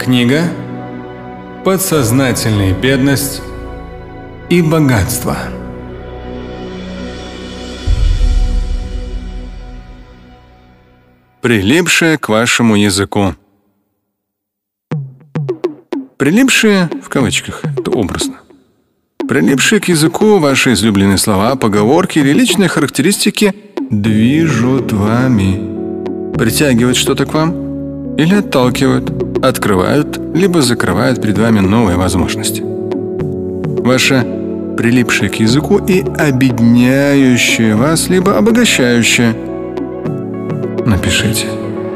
Книга «Подсознательная бедность и богатство». Прилипшее к вашему языку. Прилипшие, в кавычках, это образно. Прилипшие к языку ваши излюбленные слова, поговорки или личные характеристики движут вами. Притягивают что-то к вам или отталкивают, открывают, либо закрывают перед вами новые возможности. Ваше прилипшее к языку и обедняющее вас, либо обогащающее. Напишите.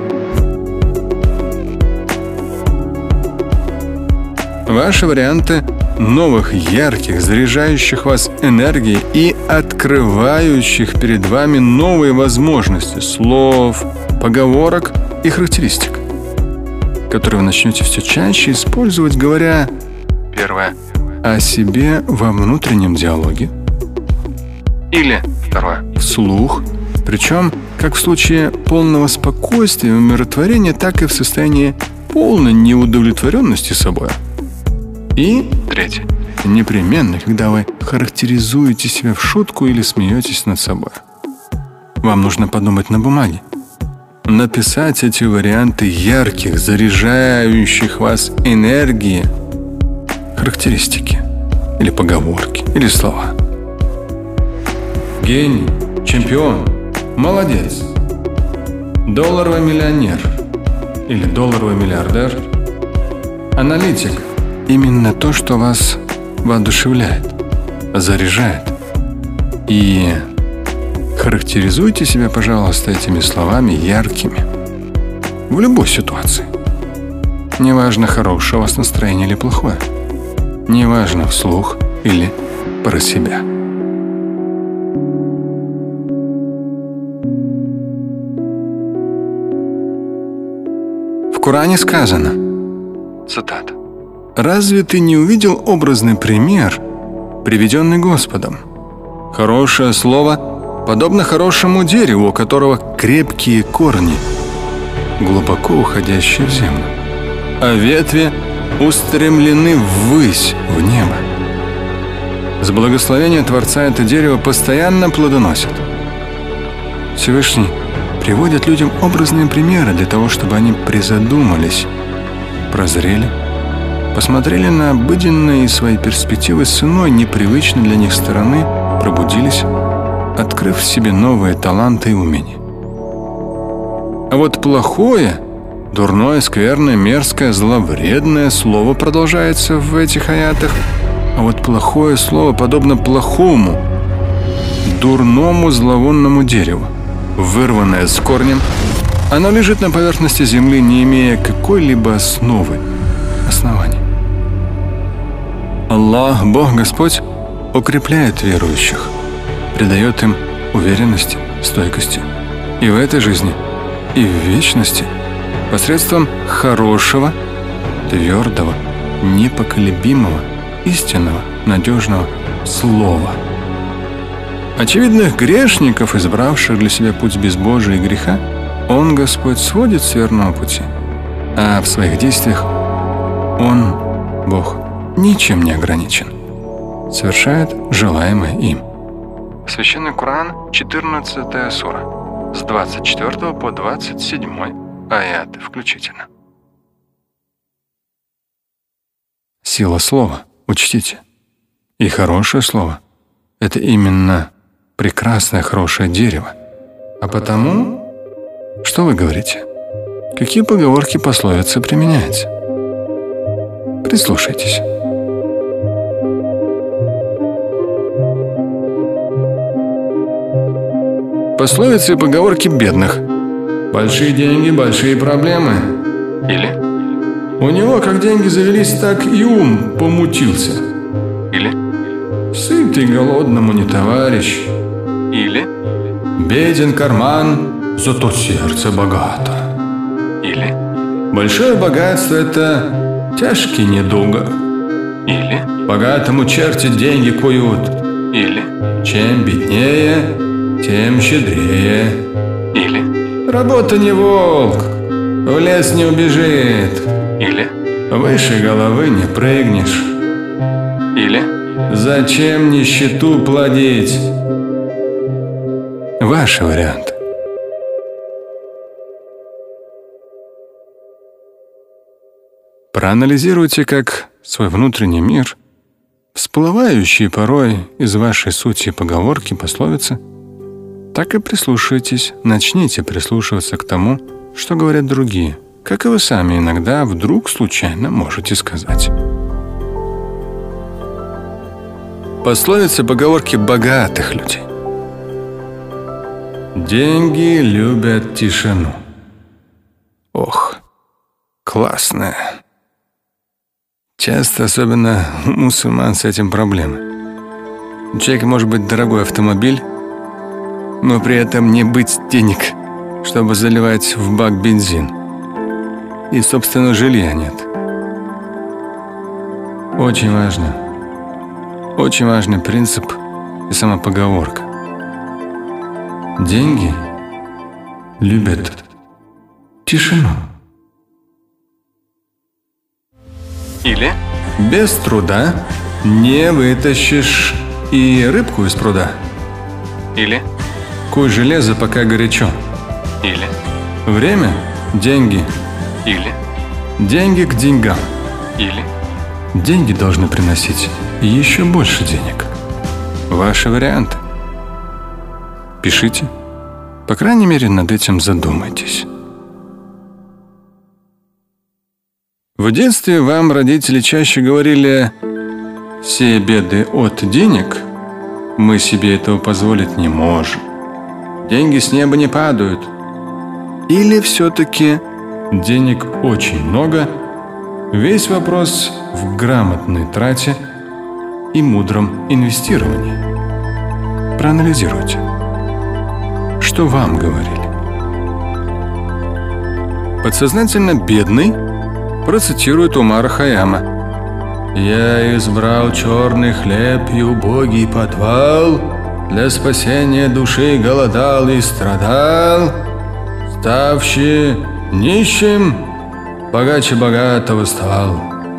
Ваши варианты новых, ярких, заряжающих вас энергией и открывающих перед вами новые возможности слов, поговорок и характеристик, которые вы начнете все чаще использовать, говоря, первое, о себе во внутреннем диалоге, или, второе, вслух, причем как в случае полного спокойствия и умиротворения, так и в состоянии полной неудовлетворенности собой. И третье, непременно, когда вы характеризуете себя в шутку или смеетесь над собой. Вам нужно подумать на бумаге. Написать эти варианты ярких, заряжающих вас энергии, характеристики, или поговорки, или слова. Гений, чемпион, молодец, долларовый миллионер или долларовый миллиардер, аналитик. Именно то, что вас воодушевляет, заряжает. И характеризуйте себя, пожалуйста, этими словами яркими в любой ситуации. Неважно, хорошее у вас настроение или плохое. Неважно, вслух или про себя. В Коране сказано, цитата: «Разве ты не увидел образный пример, приведенный Господом? Хорошее слово подобно хорошему дереву, у которого крепкие корни, глубоко уходящие в землю, а ветви устремлены ввысь, в небо. С благословения Творца это дерево постоянно плодоносит». Всевышний приводит людям образные примеры для того, чтобы они призадумались, прозрели, посмотрели на обыденные свои перспективы с иной, непривычной для них стороны, пробудились, открыв в себе новые таланты и умения. А вот плохое, дурное, скверное, мерзкое, зловредное слово продолжается в этих аятах. А вот плохое слово подобно плохому, дурному, зловонному дереву, вырванное с корнем. Оно лежит на поверхности земли, не имея какой-либо основания. Аллах, Бог Господь, укрепляет верующих, придает им уверенности, стойкости и в этой жизни, и в вечности посредством хорошего, твердого, непоколебимого, истинного, надежного слова. Очевидных грешников, избравших для себя путь безбожия и греха, Он, Господь, сводит с верного пути, а в своих действиях Он, Бог, ничем не ограничен, совершает желаемое им. Священный Коран, 14 сура, с 24 по 27 аяты включительно. Сила слова, учтите. И хорошее слово – это именно прекрасное, хорошее дерево. А потому, что вы говорите? Какие поговорки, пословицы применяете? Прислушайтесь. Пословицы и поговорки бедных. Большие деньги, большие проблемы. Или у него как деньги завелись, так и ум помутился. Или сытый голодному не товарищ. Или беден карман, зато сердце богато. Или большое богатство – это тяжкий недуга. Или богатому черти деньги куют. Или чем беднее, тем щедрее. Или работа не волк, в лес не убежит. Или выше головы не прыгнешь. Или зачем нищету плодить? Ваши варианты. Проанализируйте как свой внутренний мир, всплывающие порой из вашей сути поговорки, пословицы, так и прислушайтесь, начните прислушиваться к тому, что говорят другие, как и вы сами иногда вдруг случайно можете сказать. Пословицы, поговорки богатых людей. Деньги любят тишину. Ох, классная. Часто, особенно у мусульман, с этим проблемы. У человека может быть дорогой автомобиль, но при этом не быть денег, чтобы заливать в бак бензин. И, собственно, жилья нет. Очень важный принцип и сама поговорка. Деньги любят тишину. Или без труда не вытащишь и рыбку из пруда. Или куй железо, пока горячо. Или время – деньги. Или деньги к деньгам. Или деньги должны приносить еще больше денег. Ваши варианты. Пишите. По крайней мере, над этим задумайтесь. В детстве вам родители чаще говорили: «Все беды от денег, мы себе этого позволить не можем. Деньги с неба не падают». Или все-таки денег очень много, весь вопрос в грамотной трате и мудром инвестировании. Проанализируйте, что вам говорили. Подсознательно бедный процитирует Умара Хайяма: «Я избрал черный хлеб и убогий подвал, для спасения души голодал и страдал, ставший нищим, богаче богатого стал».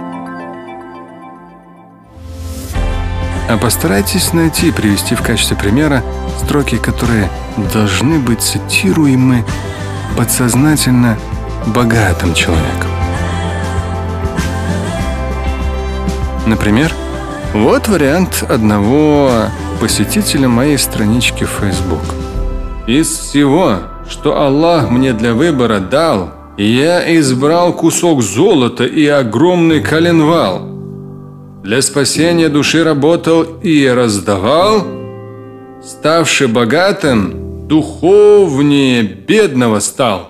А постарайтесь найти и привести в качестве примера строки, которые должны быть цитируемы подсознательно богатым человеком. Например, вот вариант одного посетителя моей странички в Facebook. «Из всего, что Аллах мне для выбора дал, я избрал кусок золота и огромный коленвал. Для спасения души работал и раздавал, ставший богатым, духовнее бедного стал».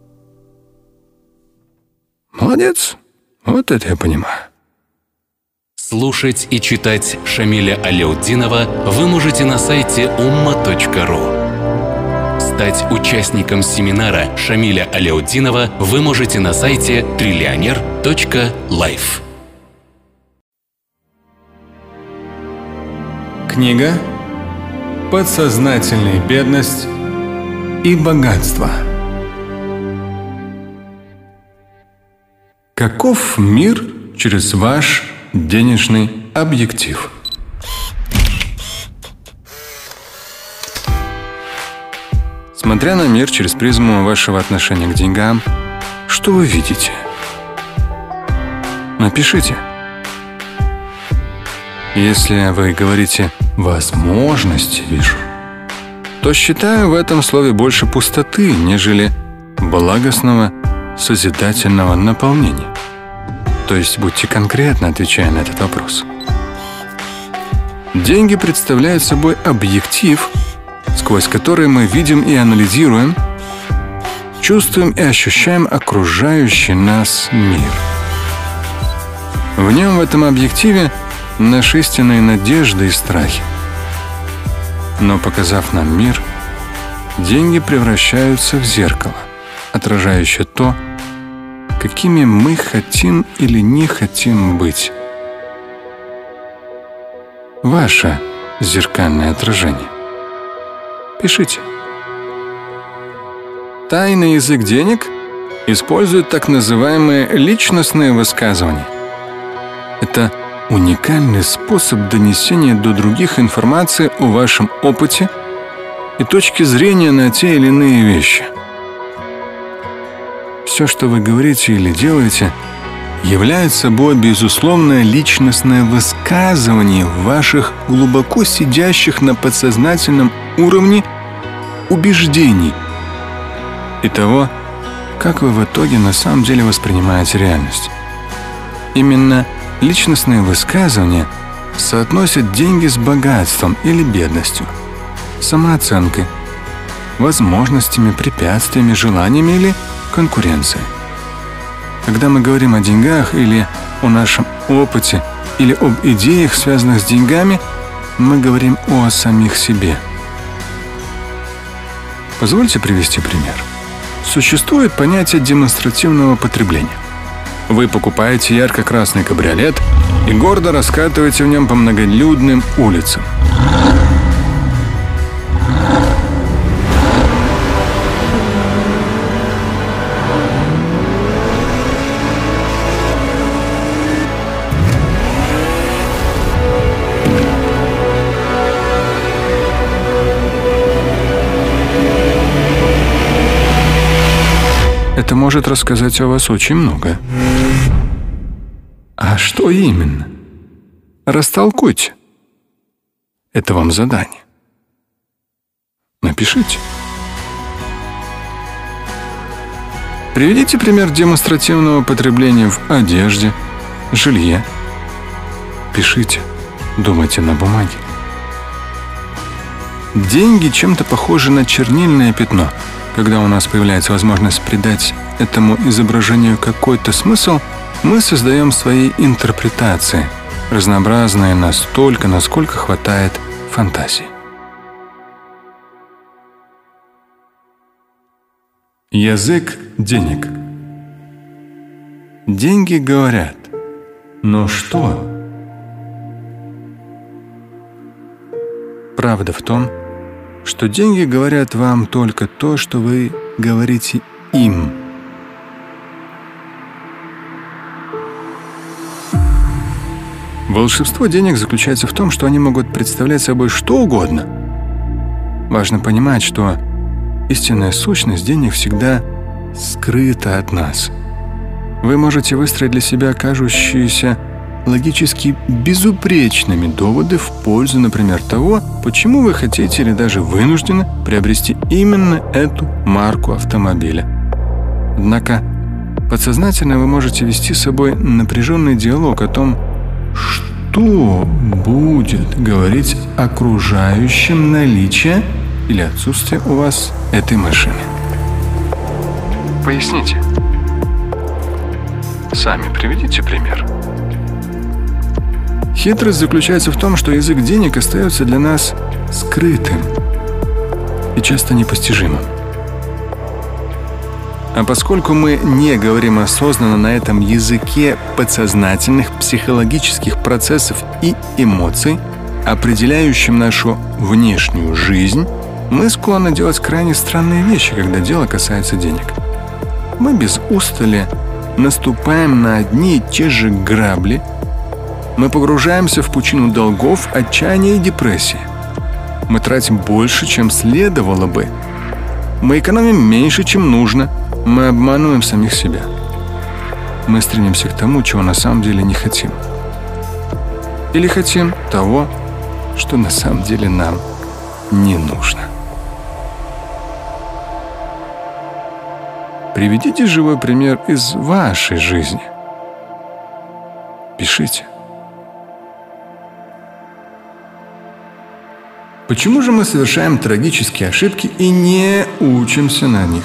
Молодец. Вот это я понимаю. Слушать и читать Шамиля Аляутдинова вы можете на сайте umma.ru. Стать участником семинара Шамиля Аляутдинова вы можете на сайте trillioner.life. Книга «Подсознательная бедность и богатство». Каков мир через ваш денежный объектив? Смотря на мир через призму вашего отношения к деньгам, что вы видите? Напишите. Если вы говорите «возможности вижу», то считаю в этом слове больше пустоты, нежели благостного, созидательного наполнения. То есть будьте конкретны, отвечая на этот вопрос. Деньги представляют собой объектив, сквозь который мы видим и анализируем, чувствуем и ощущаем окружающий нас мир. В нем, в этом объективе, наши истинные надежды и страхи. Но, показав нам мир, деньги превращаются в зеркало, отражающее то, какими мы хотим или не хотим быть. Ваше зеркальное отражение. Пишите. Тайный язык денег используют так называемые личностные высказывания. Это уникальный способ донесения до других информации о вашем опыте и точке зрения на те или иные вещи. Все, что вы говорите или делаете, является собой безусловное личностное высказывание ваших глубоко сидящих на подсознательном уровне убеждений и того, как вы в итоге на самом деле воспринимаете реальность. Именно личностные высказывания соотносят деньги с богатством или бедностью, самооценкой, возможностями, препятствиями, желаниями или конкуренцией. Когда мы говорим о деньгах или о нашем опыте или об идеях, связанных с деньгами, мы говорим о самих себе. Позвольте привести пример. Существует понятие демонстративного потребления. Вы покупаете ярко-красный кабриолет и гордо раскатываете в нем по многолюдным улицам. Это может рассказать о вас очень много. А что именно? Растолкуйте. Это вам задание. Напишите. Приведите пример демонстративного потребления в одежде, жилье. Пишите, думайте на бумаге. Деньги чем-то похожи на чернильное пятно. Когда у нас появляется возможность придать этому изображению какой-то смысл, мы создаем свои интерпретации, разнообразные настолько, насколько хватает фантазии. Язык денег. Деньги говорят, но что? Правда в том, что деньги говорят вам только то, что вы говорите им. Волшебство денег заключается в том, что они могут представлять собой что угодно. Важно понимать, что истинная сущность денег всегда скрыта от нас. Вы можете выстроить для себя кажущиеся логически безупречными доводы в пользу, например, того, почему вы хотите или даже вынуждены приобрести именно эту марку автомобиля. Однако подсознательно вы можете вести с собой напряженный диалог о том, что будет говорить окружающим наличие или отсутствие у вас этой машины. Поясните. Сами приведите пример. Хитрость заключается в том, что язык денег остается для нас скрытым и часто непостижимым. А поскольку мы не говорим осознанно на этом языке подсознательных психологических процессов и эмоций, определяющим нашу внешнюю жизнь, мы склонны делать крайне странные вещи, когда дело касается денег. Мы без устали наступаем на одни и те же грабли. Мы погружаемся в пучину долгов, отчаяния и депрессии. Мы тратим больше, чем следовало бы. Мы экономим меньше, чем нужно. Мы обманываем самих себя. Мы стремимся к тому, чего на самом деле не хотим. Или хотим того, что на самом деле нам не нужно. Приведите живой пример из вашей жизни. Пишите. Почему же мы совершаем трагические ошибки и не учимся на них?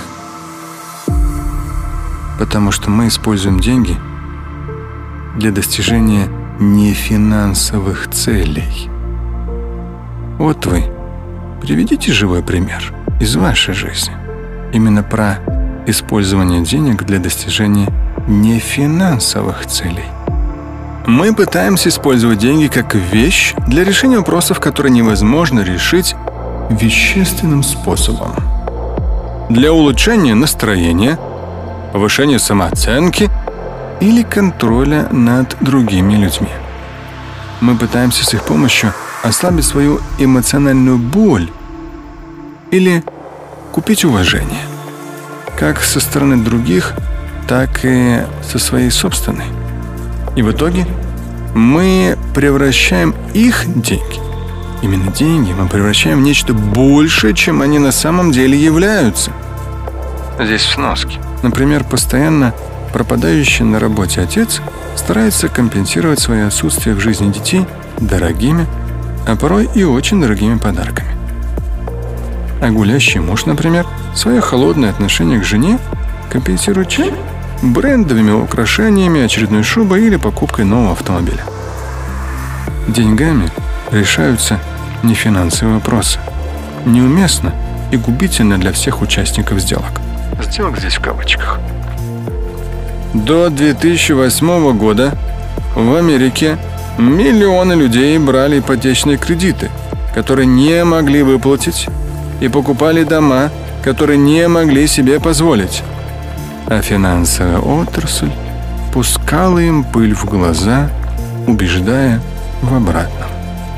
Потому что мы используем деньги для достижения нефинансовых целей. Вот вы. Приведите живой пример из вашей жизни. Именно про использование денег для достижения нефинансовых целей. Мы пытаемся использовать деньги как вещь для решения вопросов, которые невозможно решить вещественным способом. Для улучшения настроения, повышения самооценки или контроля над другими людьми. Мы пытаемся с их помощью ослабить свою эмоциональную боль или купить уважение, как со стороны других, так и со своей собственной. И в итоге мы превращаем их деньги, именно деньги, мы превращаем в нечто большее, чем они на самом деле являются. Здесь в сноске. Например, постоянно пропадающий на работе отец старается компенсировать свое отсутствие в жизни детей дорогими, а порой и очень дорогими подарками. А гулящий муж, например, свое холодное отношение к жене компенсирует чем? Брендовыми украшениями, очередной шубой или покупкой нового автомобиля. Деньгами решаются не финансовые вопросы. Неуместно и губительно для всех участников сделок. Сделок здесь в кавычках. До 2008 года в Америке миллионы людей брали ипотечные кредиты, которые не могли выплатить, и покупали дома, которые не могли себе позволить. А финансовая отрасль пускала им пыль в глаза, убеждая в обратном.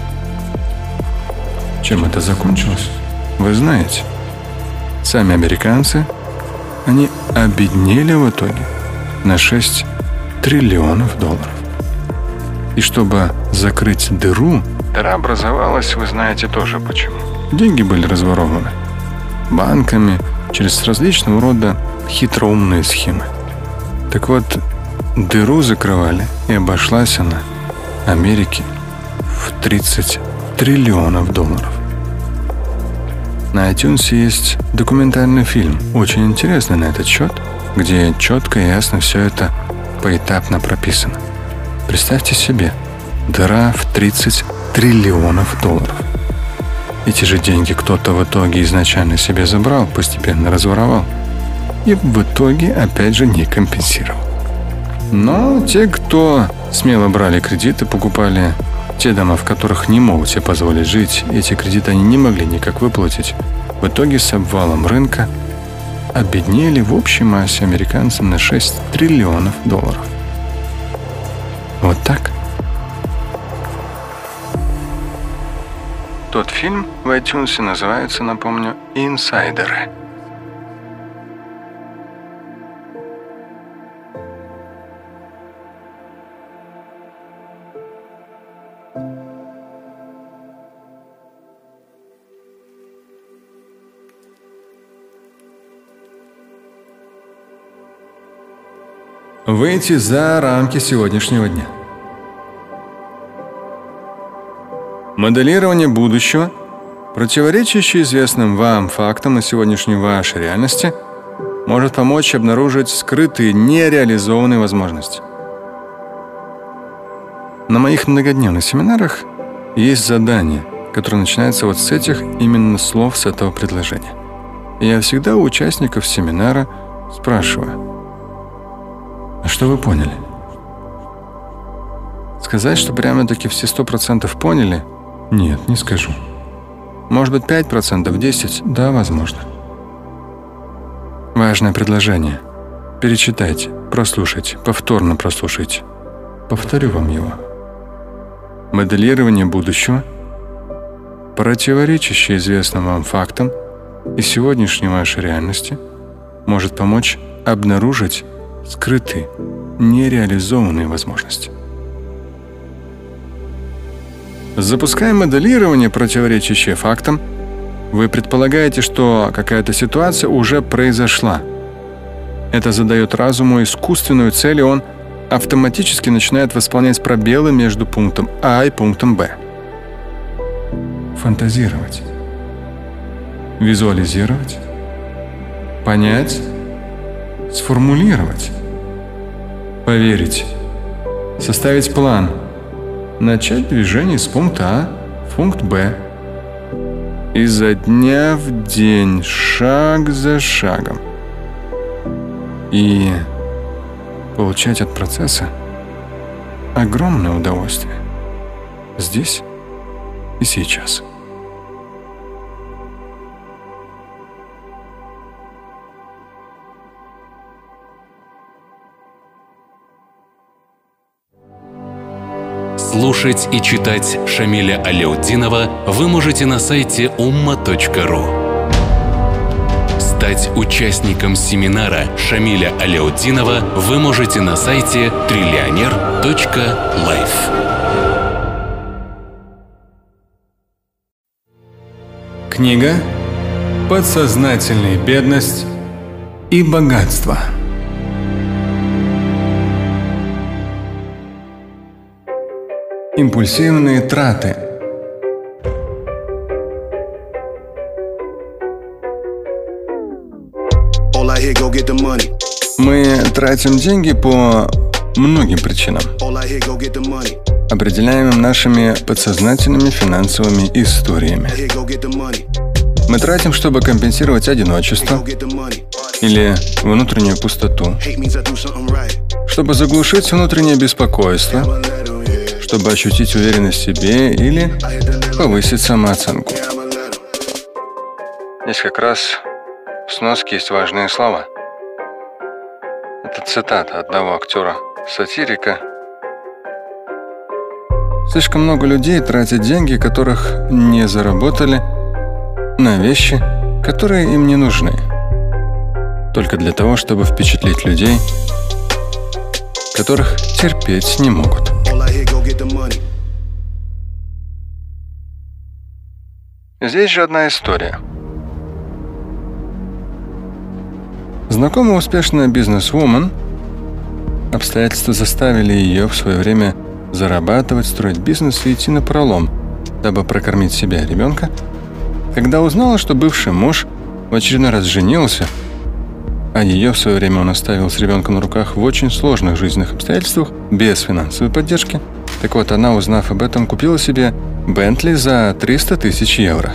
Чем это закончилось, вы знаете. Сами американцы, они обеднели в итоге на $6 триллионов. И чтобы закрыть дыру, дыра образовалась, вы знаете тоже почему. Деньги были разворованы банками через различного рода хитроумные схемы. Так вот, дыру закрывали, и обошлась она Америке в $30 триллионов. На iTunes есть документальный фильм, очень интересный на этот счет, где четко и ясно все это поэтапно прописано. Представьте себе, дыра в $30 триллионов. Эти же деньги кто-то в итоге изначально себе забрал, постепенно разворовал и в итоге опять же не компенсировал. Но те, кто смело брали кредиты, покупали те дома, в которых не могут себе позволить жить, эти кредиты они не могли никак выплатить, в итоге с обвалом рынка обеднели в общей массе американцы на $6 триллионов. Вот так. Тот фильм в iTunes называется, напомню, «Инсайдеры». Выйти за рамки сегодняшнего дня. Моделирование будущего, противоречащее известным вам фактам на сегодняшней вашей реальности, может помочь обнаружить скрытые, нереализованные возможности. На моих многодневных семинарах есть задание, которое начинается вот с этих именно слов, с этого предложения. И я всегда у участников семинара спрашиваю: а что вы поняли? Сказать, что прямо-таки все 100% поняли? Нет, не скажу. Может быть, 5%, 10%? Да, возможно. Важное предложение. Перечитайте, прослушайте, повторно прослушайте. Повторю вам его. Моделирование будущего, противоречащее известным вам фактам и сегодняшней вашей реальности, может помочь обнаружить скрытые, нереализованные возможности. Запуская моделирование, противоречащее фактам, вы предполагаете, что какая-то ситуация уже произошла. Это задает разуму искусственную цель, и он автоматически начинает восполнять пробелы между пунктом А и пунктом Б. Фантазировать. Визуализировать. Понять. Сформулировать. Поверить. Составить план. Начать движение с пункта А в пункт Б. Изо дня в день, шаг за шагом. И получать от процесса огромное удовольствие. Здесь и сейчас. Слушать и читать Шамиля Аляутдинова вы можете на сайте umma.ru. Стать участником семинара Шамиля Аляутдинова вы можете на сайте trillioner.life. Книга «Подсознательная бедность и богатство». Импульсивные траты. Мы тратим деньги по многим причинам, определяемым нашими подсознательными финансовыми историями. Мы тратим, чтобы компенсировать одиночество или внутреннюю пустоту, чтобы заглушить внутреннее беспокойство, чтобы ощутить уверенность в себе или повысить самооценку. Здесь как раз в сноске есть важные слова. Это цитата одного актера-сатирика. Слишком много людей тратят деньги, которых не заработали, на вещи, которые им не нужны, только для того, чтобы впечатлить людей, которых терпеть не могут. Здесь же одна история. Знакомая успешная бизнес-вумен, обстоятельства заставили ее в свое время зарабатывать, строить бизнес и идти напролом, дабы прокормить себя и ребенка, когда узнала, что бывший муж в очередной раз женился, а ее в свое время он оставил с ребенком на руках в очень сложных жизненных обстоятельствах, без финансовой поддержки. Так вот, она, узнав об этом, купила себе Бентли за 300 тысяч евро.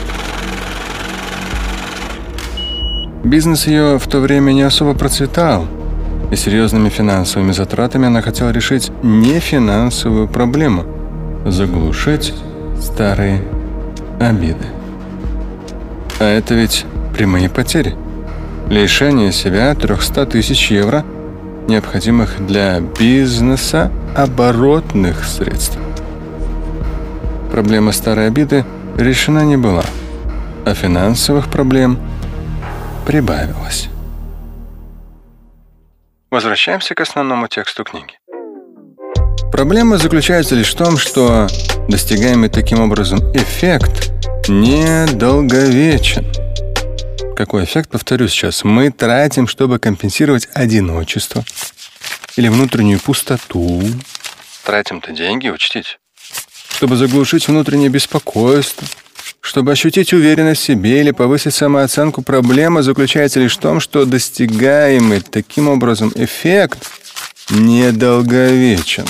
Бизнес ее в то время не особо процветал, и серьезными финансовыми затратами она хотела решить не финансовую проблему – заглушить старые обиды. А это ведь прямые потери. Лишение себя 300 тысяч евро, необходимых для бизнеса оборотных средств. Проблема старой обиды решена не была, а финансовых проблем прибавилось. Возвращаемся к основному тексту книги. Проблема заключается лишь в том, что достигаемый таким образом эффект недолговечен. Какой эффект, повторю сейчас, мы тратим, чтобы компенсировать одиночество или внутреннюю пустоту. Тратим-то деньги, учтите. Чтобы заглушить внутреннее беспокойство, чтобы ощутить уверенность в себе или повысить самооценку, проблема заключается лишь в том, что достигаемый таким образом эффект недолговечен.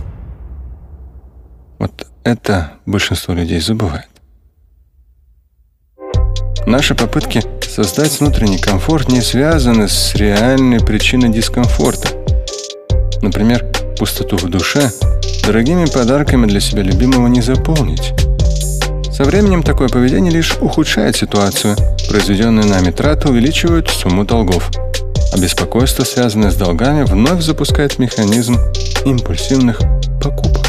Вот это большинство людей забывает. Наши попытки создать внутренний комфорт не связаны с реальной причиной дискомфорта. Например, пустоту в душе дорогими подарками для себя любимого не заполнить. Со временем такое поведение лишь ухудшает ситуацию. Произведенные нами траты увеличивают сумму долгов, а беспокойство, связанное с долгами, вновь запускает механизм импульсивных покупок.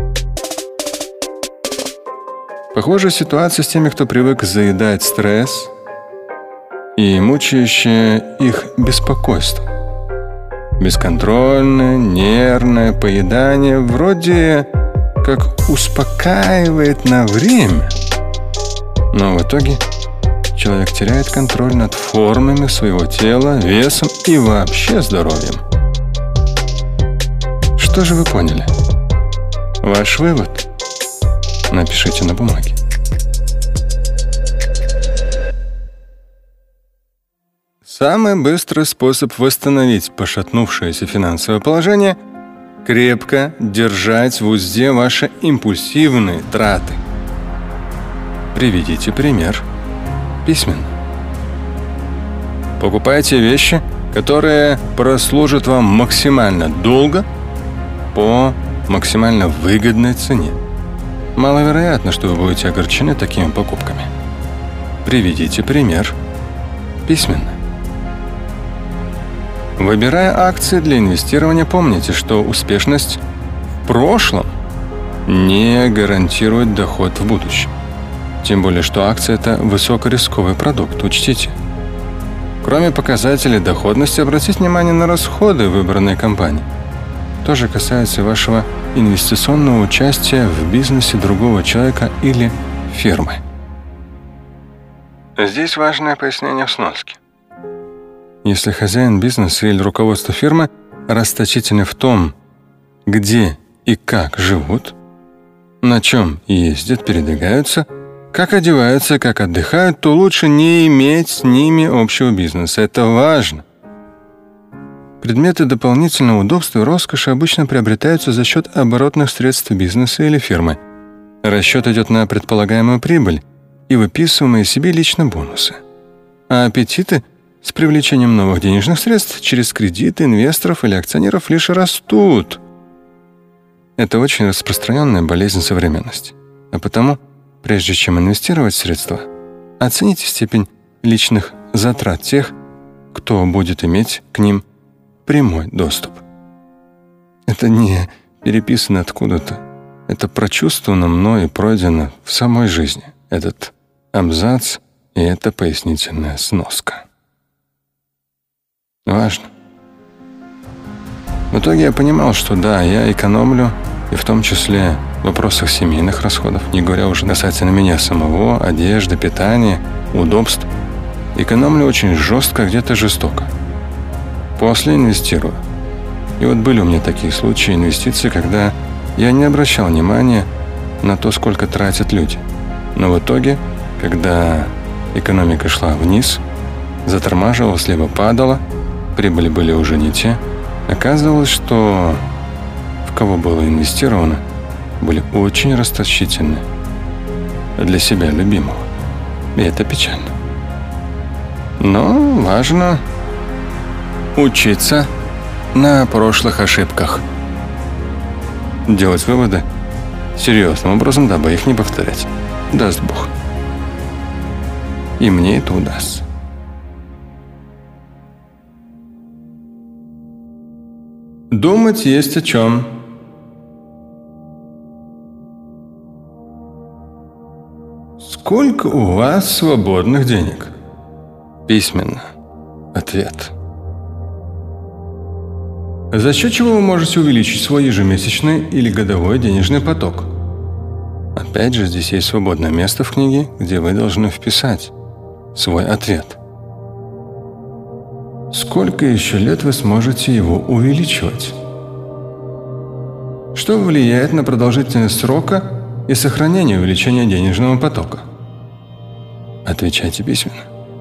Похожая ситуация с теми, кто привык заедать стресс и мучающее их беспокойство. Бесконтрольное, нервное поедание вроде как успокаивает на время, но в итоге человек теряет контроль над формами своего тела, весом и вообще здоровьем. Что же вы поняли? Ваш вывод напишите на бумаге. Самый быстрый способ восстановить пошатнувшееся финансовое положение – крепко держать в узде ваши импульсивные траты. Приведите пример письменно. Покупайте вещи, которые прослужат вам максимально долго по максимально выгодной цене. Маловероятно, что вы будете огорчены такими покупками. Приведите пример письменно. Выбирая акции для инвестирования, помните, что успешность в прошлом не гарантирует доход в будущем. Тем более, что акция – это высокорисковый продукт, учтите. Кроме показателей доходности, обратите внимание на расходы выбранной компании. То же касается вашего инвестиционного участия в бизнесе другого человека или фирмы. Здесь важное пояснение в сноске. Если хозяин бизнеса или руководство фирмы расточительны в том, где и как живут, на чем ездят, передвигаются, как одеваются, как отдыхают, то лучше не иметь с ними общего бизнеса. Это важно. Предметы дополнительного удобства и роскоши обычно приобретаются за счет оборотных средств бизнеса или фирмы. Расчет идет на предполагаемую прибыль и выписываемые себе лично бонусы. А аппетиты с привлечением новых денежных средств через кредиты инвесторов или акционеров лишь растут. Это очень распространенная болезнь современности. А потому, прежде чем инвестировать средства, оцените степень личных затрат тех, кто будет иметь к ним прямой доступ. Это не переписано откуда-то. Это прочувствовано мной и пройдено в самой жизни. Этот абзац и эта пояснительная сноска. Важно. В итоге я понимал, что да, я экономлю, и в том числе в вопросах семейных расходов, не говоря уже касательно меня самого, одежды, питания, удобств. Экономлю очень жестко, где-то жестоко. После инвестирую. И вот были у меня такие случаи инвестиций, когда я не обращал внимания на то, сколько тратят люди. Но в итоге, когда экономика шла вниз, затормаживалась, либо падала, прибыли были уже не те, оказывалось, что в кого было инвестировано, были очень расточительны для себя любимого. И это печально. Но важно учиться на прошлых ошибках. Делать выводы серьезным образом, дабы их не повторять. Даст Бог. И мне это удастся. Думать есть о чем. Сколько у вас свободных денег? Письменно. Ответ. За счет чего вы можете увеличить свой ежемесячный или годовой денежный поток? Опять же, здесь есть свободное место в книге, где вы должны вписать свой ответ. Сколько еще лет вы сможете его увеличивать? Что влияет на продолжительность срока и сохранение увеличения денежного потока? Отвечайте письменно.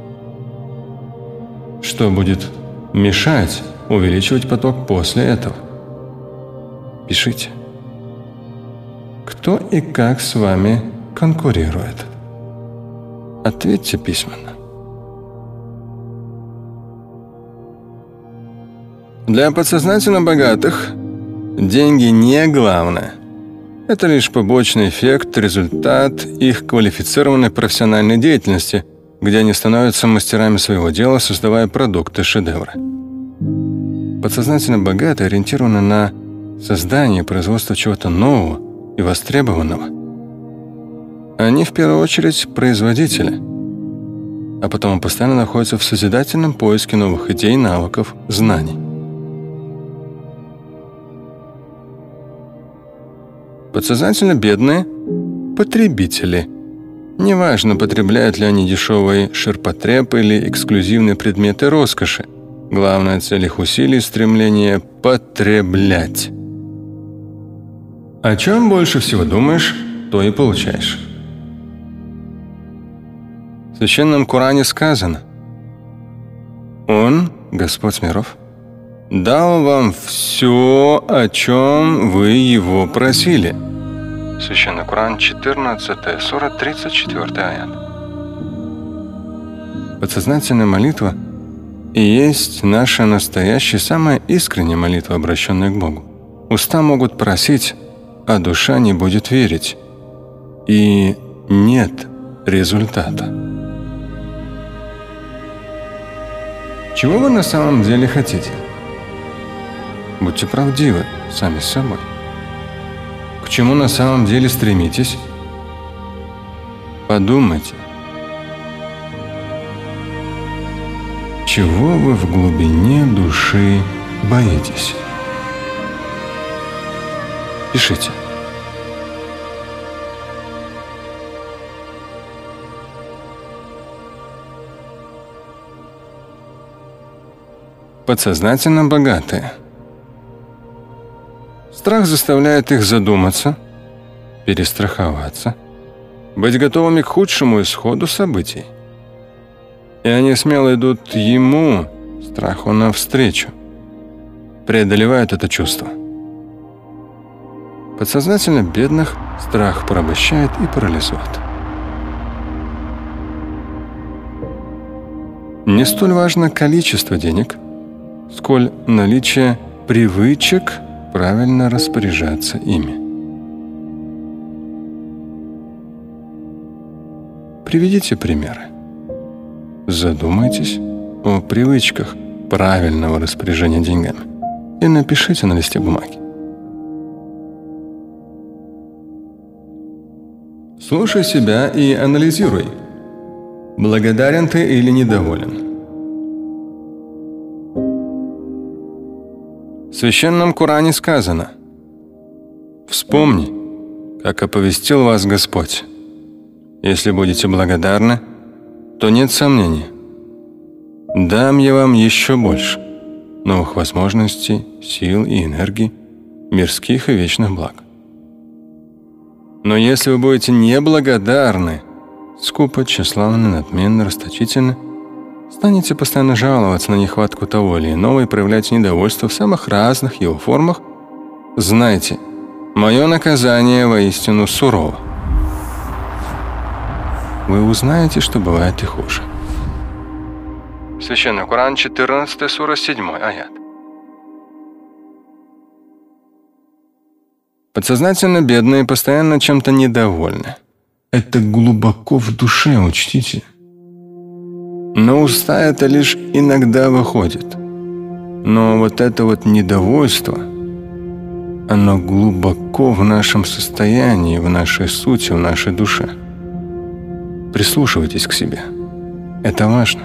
Что будет мешать увеличивать поток после этого? Пишите. Кто и как с вами конкурирует? Ответьте письменно. Для подсознательно богатых деньги не главное. Это лишь побочный эффект, результат их квалифицированной профессиональной деятельности, где они становятся мастерами своего дела, создавая продукты-шедевры. Подсознательно богатые ориентированы на создание и производство чего-то нового и востребованного. Они в первую очередь производители, а потом постоянно находятся в созидательном поиске новых идей, навыков, знаний. Подсознательно бедные – потребители. Неважно, потребляют ли они дешевый ширпотреб или эксклюзивные предметы роскоши. Главная цель их усилий – стремление потреблять. О чем больше всего думаешь, то и получаешь. В Священном Коране сказано: «Он, Господь миров, дал вам все, о чем вы его просили». Священный Коран, 14 сура, 34 аят. Подсознательная молитва и есть наша настоящая, самая искренняя молитва, обращенная к Богу. Уста могут просить, а душа не будет верить. И нет результата. Чего вы на самом деле хотите? Будьте правдивы сами с собой. к чему на самом деле стремитесь? Подумайте, чего вы в глубине души боитесь? Пишите. Подсознательно богатые. Страх заставляет их задуматься, перестраховаться, быть готовыми к худшему исходу событий. И они смело идут ему, страху, навстречу, преодолевают это чувство. Подсознательно бедных страх порабощает и парализует. Не столь важно количество денег, сколь наличие привычек правильно распоряжаться ими. Приведите примеры. Задумайтесь о привычках правильного распоряжения деньгами и напишите на листе бумаги. Слушай себя и анализируй. Благодарен ты или недоволен? В Священном Коране сказано: «Вспомни, как оповестил вас Господь. Если будете благодарны, то нет сомнений. Дам я вам еще больше новых возможностей, сил и энергий, мирских и вечных благ. Но если вы будете неблагодарны, скупо, тщеславны, надменны, расточительны, станете постоянно жаловаться на нехватку того или иного и проявлять недовольство в самых разных его формах, знайте, мое наказание воистину сурово. Вы узнаете, что бывает и хуже». Священный Коран, 14 сура, 7 аят. Подсознательно бедные постоянно чем-то недовольны. Это глубоко в душе, учтите. На уста это лишь иногда выходит. Но вот это вот недовольство, оно глубоко в нашем состоянии, в нашей сути, в нашей душе. Прислушивайтесь к себе. Это важно.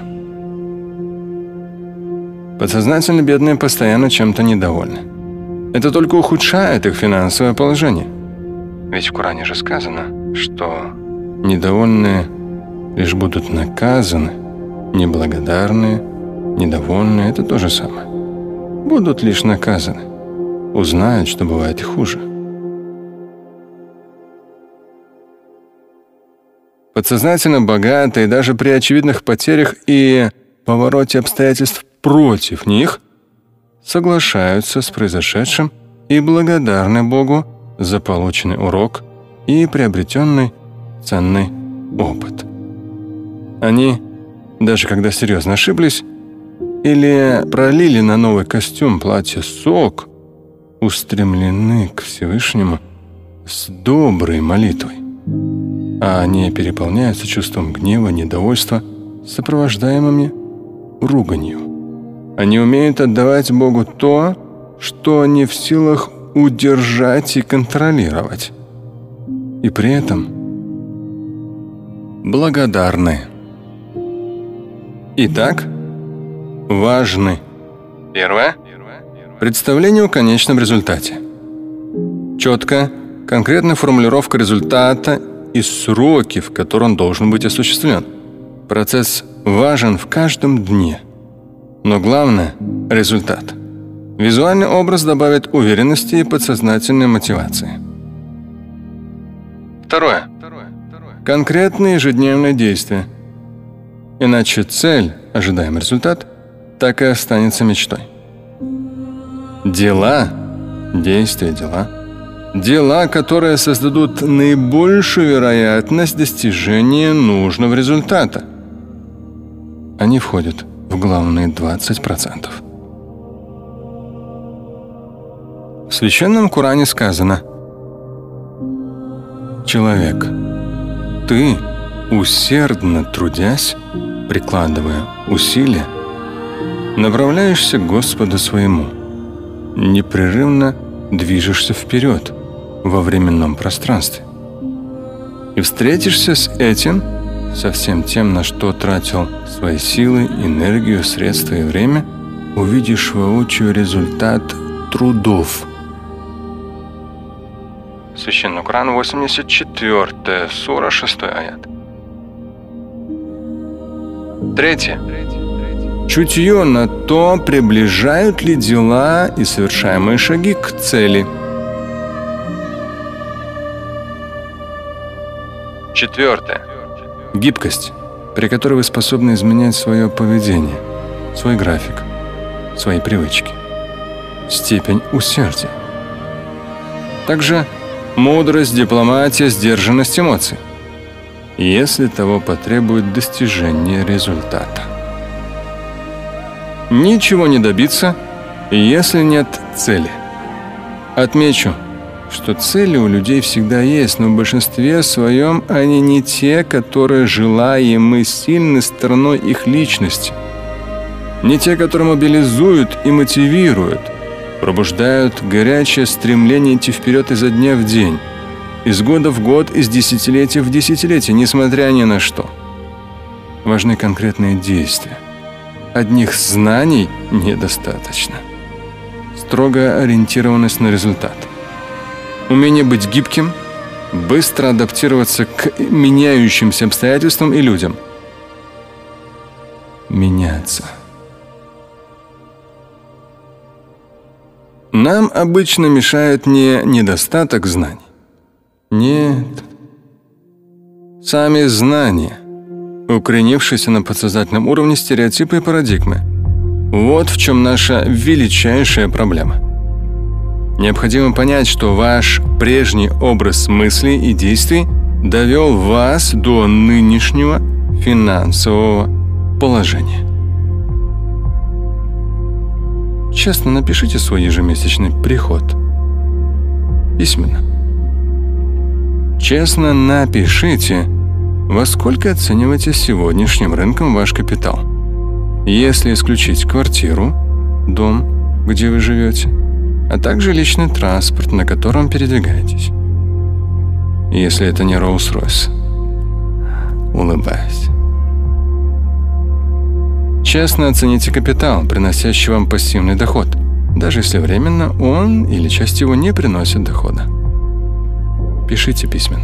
Подсознательно бедные постоянно чем-то недовольны. Это только ухудшает их финансовое положение. Ведь в Коране же сказано, что недовольные лишь будут наказаны, неблагодарные, недовольные – это то же самое. Будут лишь наказаны, узнают, что бывает и хуже. Подсознательно богатые даже при очевидных потерях и повороте обстоятельств против них соглашаются с произошедшим и благодарны Богу за полученный урок и приобретенный ценный опыт. Они, даже когда серьезно ошиблись или пролили на новый костюм, платье сок, устремлены к Всевышнему с доброй молитвой, а они переполняются чувством гнева, недовольства, сопровождаемыми руганью. Они умеют отдавать Богу то, что не в силах удержать и контролировать. И при этом благодарны. Итак, важны. Первое. Представление о конечном результате. Четко, конкретная формулировка результата и сроки, в которые он должен быть осуществлен. Процесс важен в каждом дне. Но главное – результат. Визуальный образ добавит уверенности и подсознательной мотивации. Второе. Конкретные ежедневные действия. Иначе цель, ожидаемый результат, так и останется мечтой. Дела, действия, дела. Дела, которые создадут наибольшую вероятность достижения нужного результата. Они входят в главные 20%. В Священном Коране сказано: «Человек, ты, усердно трудясь, прикладывая усилия, направляешься к Господу своему, непрерывно движешься вперед, во временном пространстве. И встретишься с этим, со всем тем, на что тратил свои силы, энергию, средства и время, увидишь воочию результат трудов. Священный Коран, 84 сура, 6 аят. Третье. Чутье на то, приближают ли дела и совершаемые шаги к цели. Четвертое. Гибкость, при которой вы способны изменять свое поведение, свой график, свои привычки. Степень усердия. Также мудрость, дипломатия, сдержанность эмоций, если того потребует достижение результата. Ничего не добиться, если нет цели. Отмечу, что цели у людей всегда есть, но в большинстве своем они не те, которые желаемы сильной стороной их личности. Не те, которые мобилизуют и мотивируют, пробуждают горячее стремление идти вперед изо дня в день, из года в год, из десятилетия в десятилетие, несмотря ни на что. Важны конкретные действия. Одних знаний недостаточно. Строгая ориентированность на результат. Умение быть гибким, быстро адаптироваться к меняющимся обстоятельствам и людям. Меняться. Нам обычно мешает не недостаток знаний. Нет. Сами знания, укоренившиеся на подсознательном уровне стереотипы и парадигмы. Вот в чем наша величайшая проблема. Необходимо понять, что ваш прежний образ мыслей и действий довел вас до нынешнего финансового положения. Честно напишите свой ежемесячный приход. Письменно. Честно напишите, во сколько оцениваете сегодняшним рынком ваш капитал. Если исключить квартиру, дом, где вы живете, а также личный транспорт, на котором передвигаетесь. Если это не Rolls-Royce. Улыбаюсь. Честно оцените капитал, приносящий вам пассивный доход, даже если временно он или часть его не приносит дохода. Пишите письменно.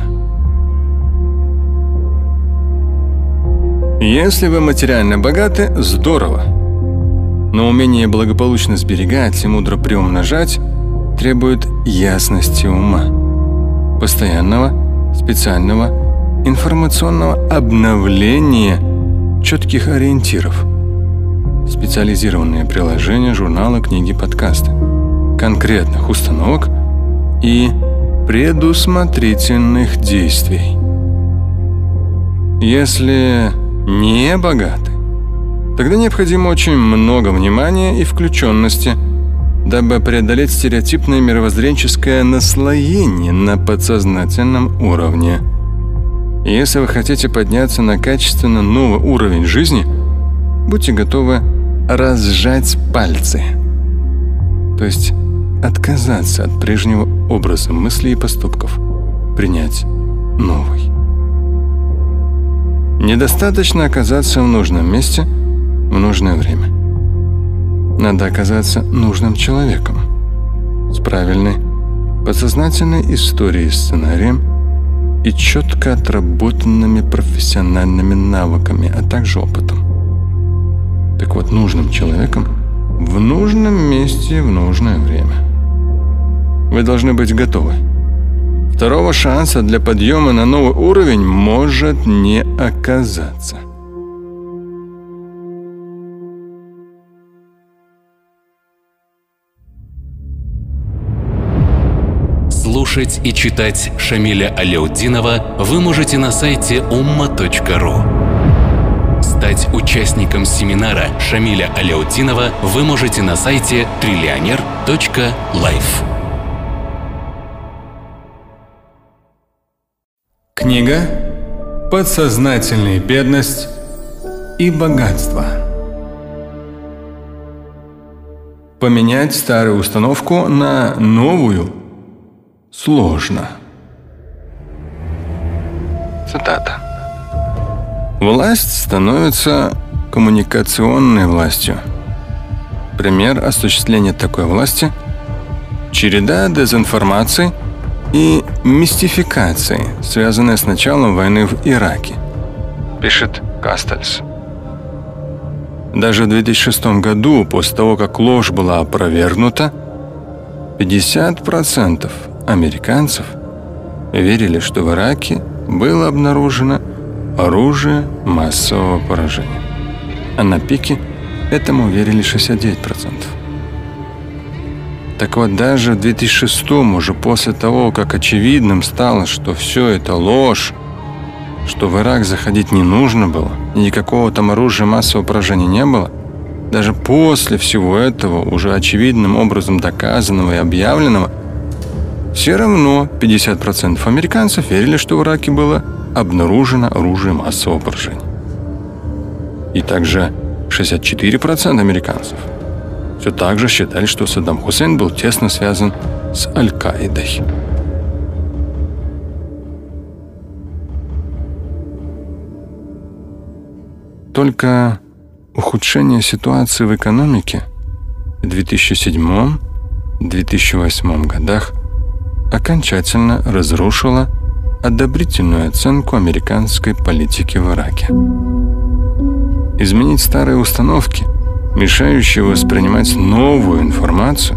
Если вы материально богаты, здорово. Но умение благополучно сберегать и мудро приумножать требует ясности ума, постоянного, специального, информационного обновления четких ориентиров, специализированные приложения, журналы, книги, подкасты, конкретных установок и предусмотрительных действий. Если не богаты, тогда необходимо очень много внимания и включенности, дабы преодолеть стереотипное мировоззренческое наслоение на подсознательном уровне. Если вы хотите подняться на качественно новый уровень жизни, будьте готовы разжать пальцы, то есть отказаться от прежнего образа мыслей и поступков, принять новый. Недостаточно оказаться в нужном месте в нужное время. Надо оказаться нужным человеком с правильной подсознательной историей, сценарием и четко отработанными профессиональными навыками, а также опытом. Так вот, нужным человеком в нужном месте в нужное время. Вы должны быть готовы. Второго шанса для подъема на новый уровень может не оказаться. Слушать и читать Шамиля Аляутдинова вы можете на сайте umma.ru. Стать участником семинара Шамиля Аляутдинова вы можете на сайте trillioner.life. Книга «Подсознательная бедность и богатство». Поменять старую установку на новую сложно. Цитата. «Власть становится коммуникационной властью. Пример осуществления такой власти – череда дезинформации и мистификаций, связанная с началом войны в Ираке», пишет Кастельс. Даже в 2006 году, после того, как ложь была опровергнута, 50% американцев верили, что в Ираке было обнаружено оружие массового поражения. А на пике этому верили 69%. Так вот, даже в 2006, уже после того, как очевидным стало, что все это ложь, что в Ирак заходить не нужно было, и никакого там оружия массового поражения не было, даже после всего этого, уже очевидным образом доказанного и объявленного, все равно 50% американцев верили, что в Ираке было обнаружено оружие массового поражения. И также 64% американцев все так же считали, что Саддам Хусейн был тесно связан с Аль-Каидой. Только ухудшение ситуации в экономике в 2007-2008 годах окончательно разрушило одобрительную оценку американской политики в Ираке. Изменить старые установки, мешающие воспринимать новую информацию,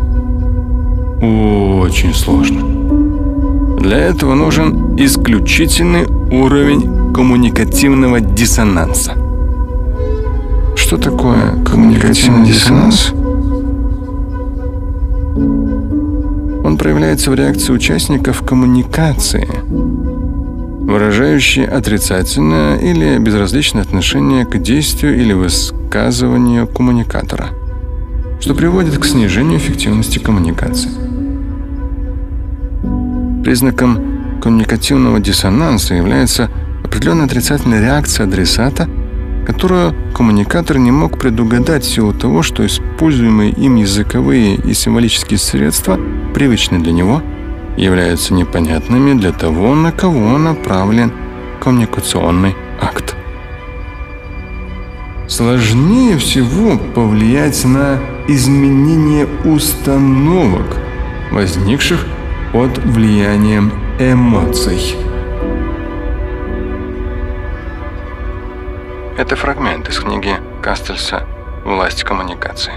очень сложно. Для этого нужен исключительный уровень коммуникативного диссонанса. Что такое коммуникативный диссонанс? Он проявляется в реакции участников коммуникации, выражающей отрицательное или безразличное отношение к действию или высказыванию коммуникатора, что приводит к снижению эффективности коммуникации. Признаком коммуникативного диссонанса является определенная отрицательная реакция адресата, которую коммуникатор не мог предугадать в силу того, что используемые им языковые и символические средства, привычные для него, являются непонятными для того, на кого направлен коммуникационный акт. Сложнее всего повлиять на изменение установок, возникших под влиянием эмоций. Это фрагмент из книги Кастельса «Власть коммуникации».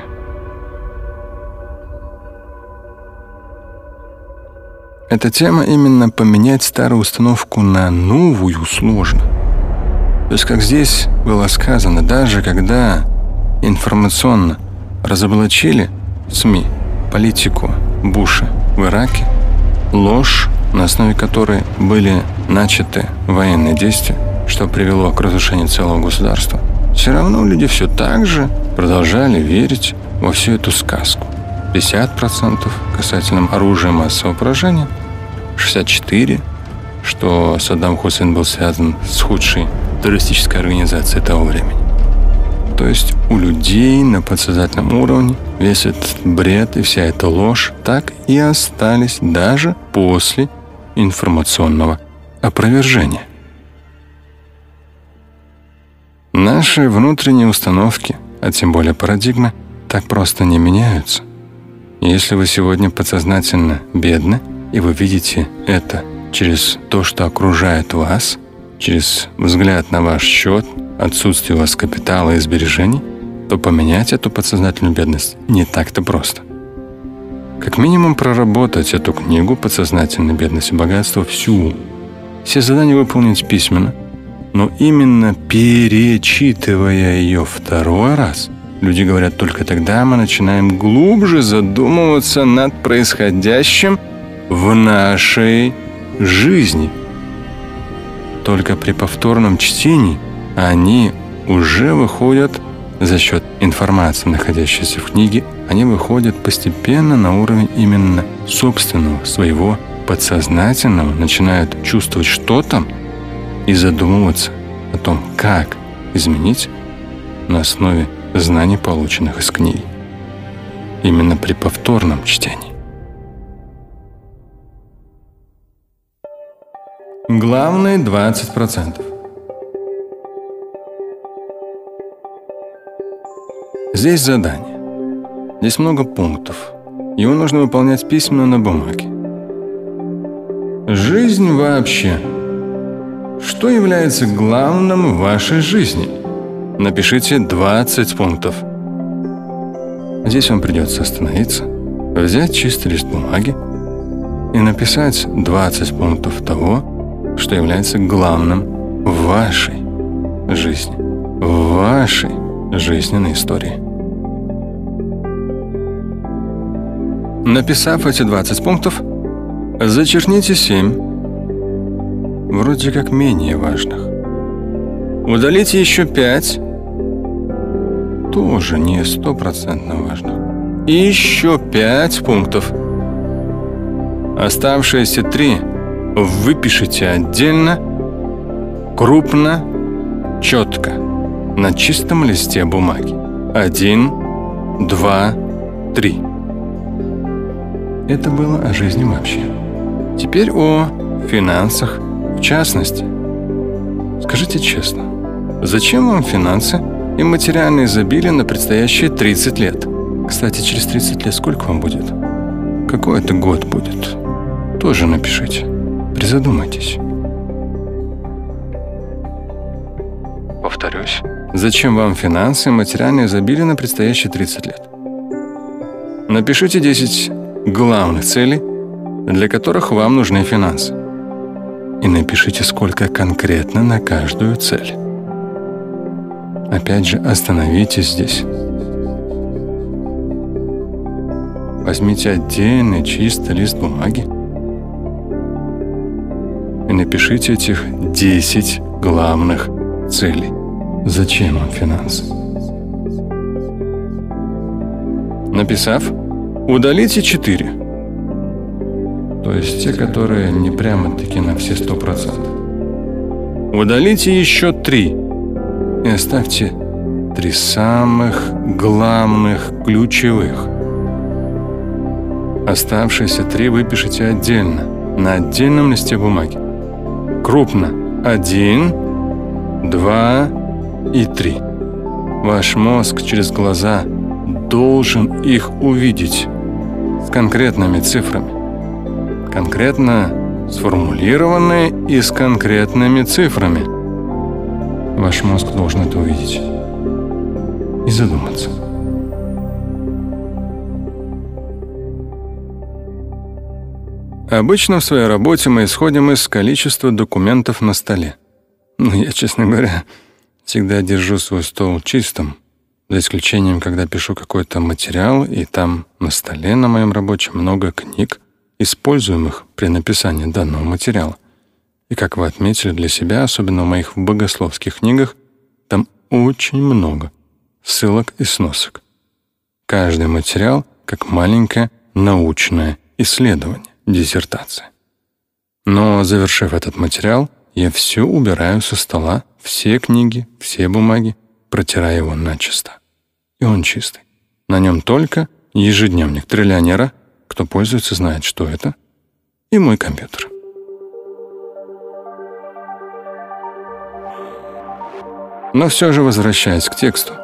Эта тема именно поменять старую установку на новую сложно. То есть, как здесь было сказано, даже когда информационно разоблачили СМИ политику Буша в Ираке, ложь, на основе которой были начаты военные действия, что привело к разрушению целого государства, все равно люди все так же продолжали верить во всю эту сказку. 50% касательно оружия массового поражения, 64%, что Саддам Хусейн был связан с худшей террористической организацией того времени. То есть у людей на подсознательном уровне весь этот бред и вся эта ложь так и остались даже после информационного опровержения. Наши внутренние установки, а тем более парадигмы, так просто не меняются. Если вы сегодня подсознательно бедны, и вы видите это через то, что окружает вас, через взгляд на ваш счет, отсутствие у вас капитала и сбережений, то поменять эту подсознательную бедность не так-то просто. Как минимум проработать эту книгу «Подсознательная бедность и богатство» всю. Все задания выполнить письменно, но именно перечитывая ее второй раз, люди говорят, только тогда мы начинаем глубже задумываться над происходящим в нашей жизни. Только при повторном чтении они уже выходят за счет информации, находящейся в книге, они выходят постепенно на уровень именно собственного, своего подсознательного, начинают чувствовать что-то и задумываться о том, как изменить на основе знаний, полученных из книги. Именно при повторном чтении. Главные 20%. Здесь задание. Здесь много пунктов. Его нужно выполнять письменно на бумаге. Жизнь вообще. Что является главным в вашей жизни? Напишите 20 пунктов. Здесь вам придется остановиться, взять чистый лист бумаги и написать 20 пунктов того, что является главным в вашей жизни, в вашей жизненной истории. Написав эти 20 пунктов, зачеркните 7, вроде как менее важных. Удалите еще 5, тоже не 100% важных. И еще 5 пунктов. Оставшиеся 3 выпишите отдельно, крупно, четко, на чистом листе бумаги. 1, 2, 3. Это было о жизни вообще. Теперь о финансах в частности. Скажите честно, зачем вам финансы и материальное изобилие на предстоящие 30 лет? Кстати, через 30 лет сколько вам будет? Какой это год будет? Тоже напишите. Призадумайтесь. Повторюсь. Зачем вам финансы и материальное изобилие на предстоящие 30 лет? Напишите 10 главных целей, для которых вам нужны финансы. И напишите, сколько конкретно на каждую цель. Опять же, остановитесь здесь. Возьмите отдельный чистый лист бумаги и напишите этих 10 главных целей. Зачем вам финансы? Написав, удалите 4. То есть те, которые не прямо-таки на все 100%. Удалите еще 3. И оставьте 3 самых главных, ключевых. Оставшиеся 3 выпишите отдельно, на отдельном листе бумаги. Крупно. 1, 2 и 3. Ваш мозг через глаза должен их увидеть с конкретными цифрами. Конкретно сформулированные и с конкретными цифрами. Ваш мозг должен это увидеть и задуматься. Обычно в своей работе мы исходим из количества документов на столе. Но я, честно говоря, всегда держу свой стол чистым, за исключением, когда пишу какой-то материал, и там на столе на моем рабочем много книг, используемых при написании данного материала. И как вы отметили для себя, особенно в моих богословских книгах, там очень много ссылок и сносок. Каждый материал как маленькое научное исследование, диссертация. Но, завершив этот материал, я все убираю со стола, все книги, все бумаги, протирая его начисто. И он чистый. На нем только ежедневник триллионера, кто пользуется, знает, что это, и мой компьютер. Но все же, возвращаясь к тексту.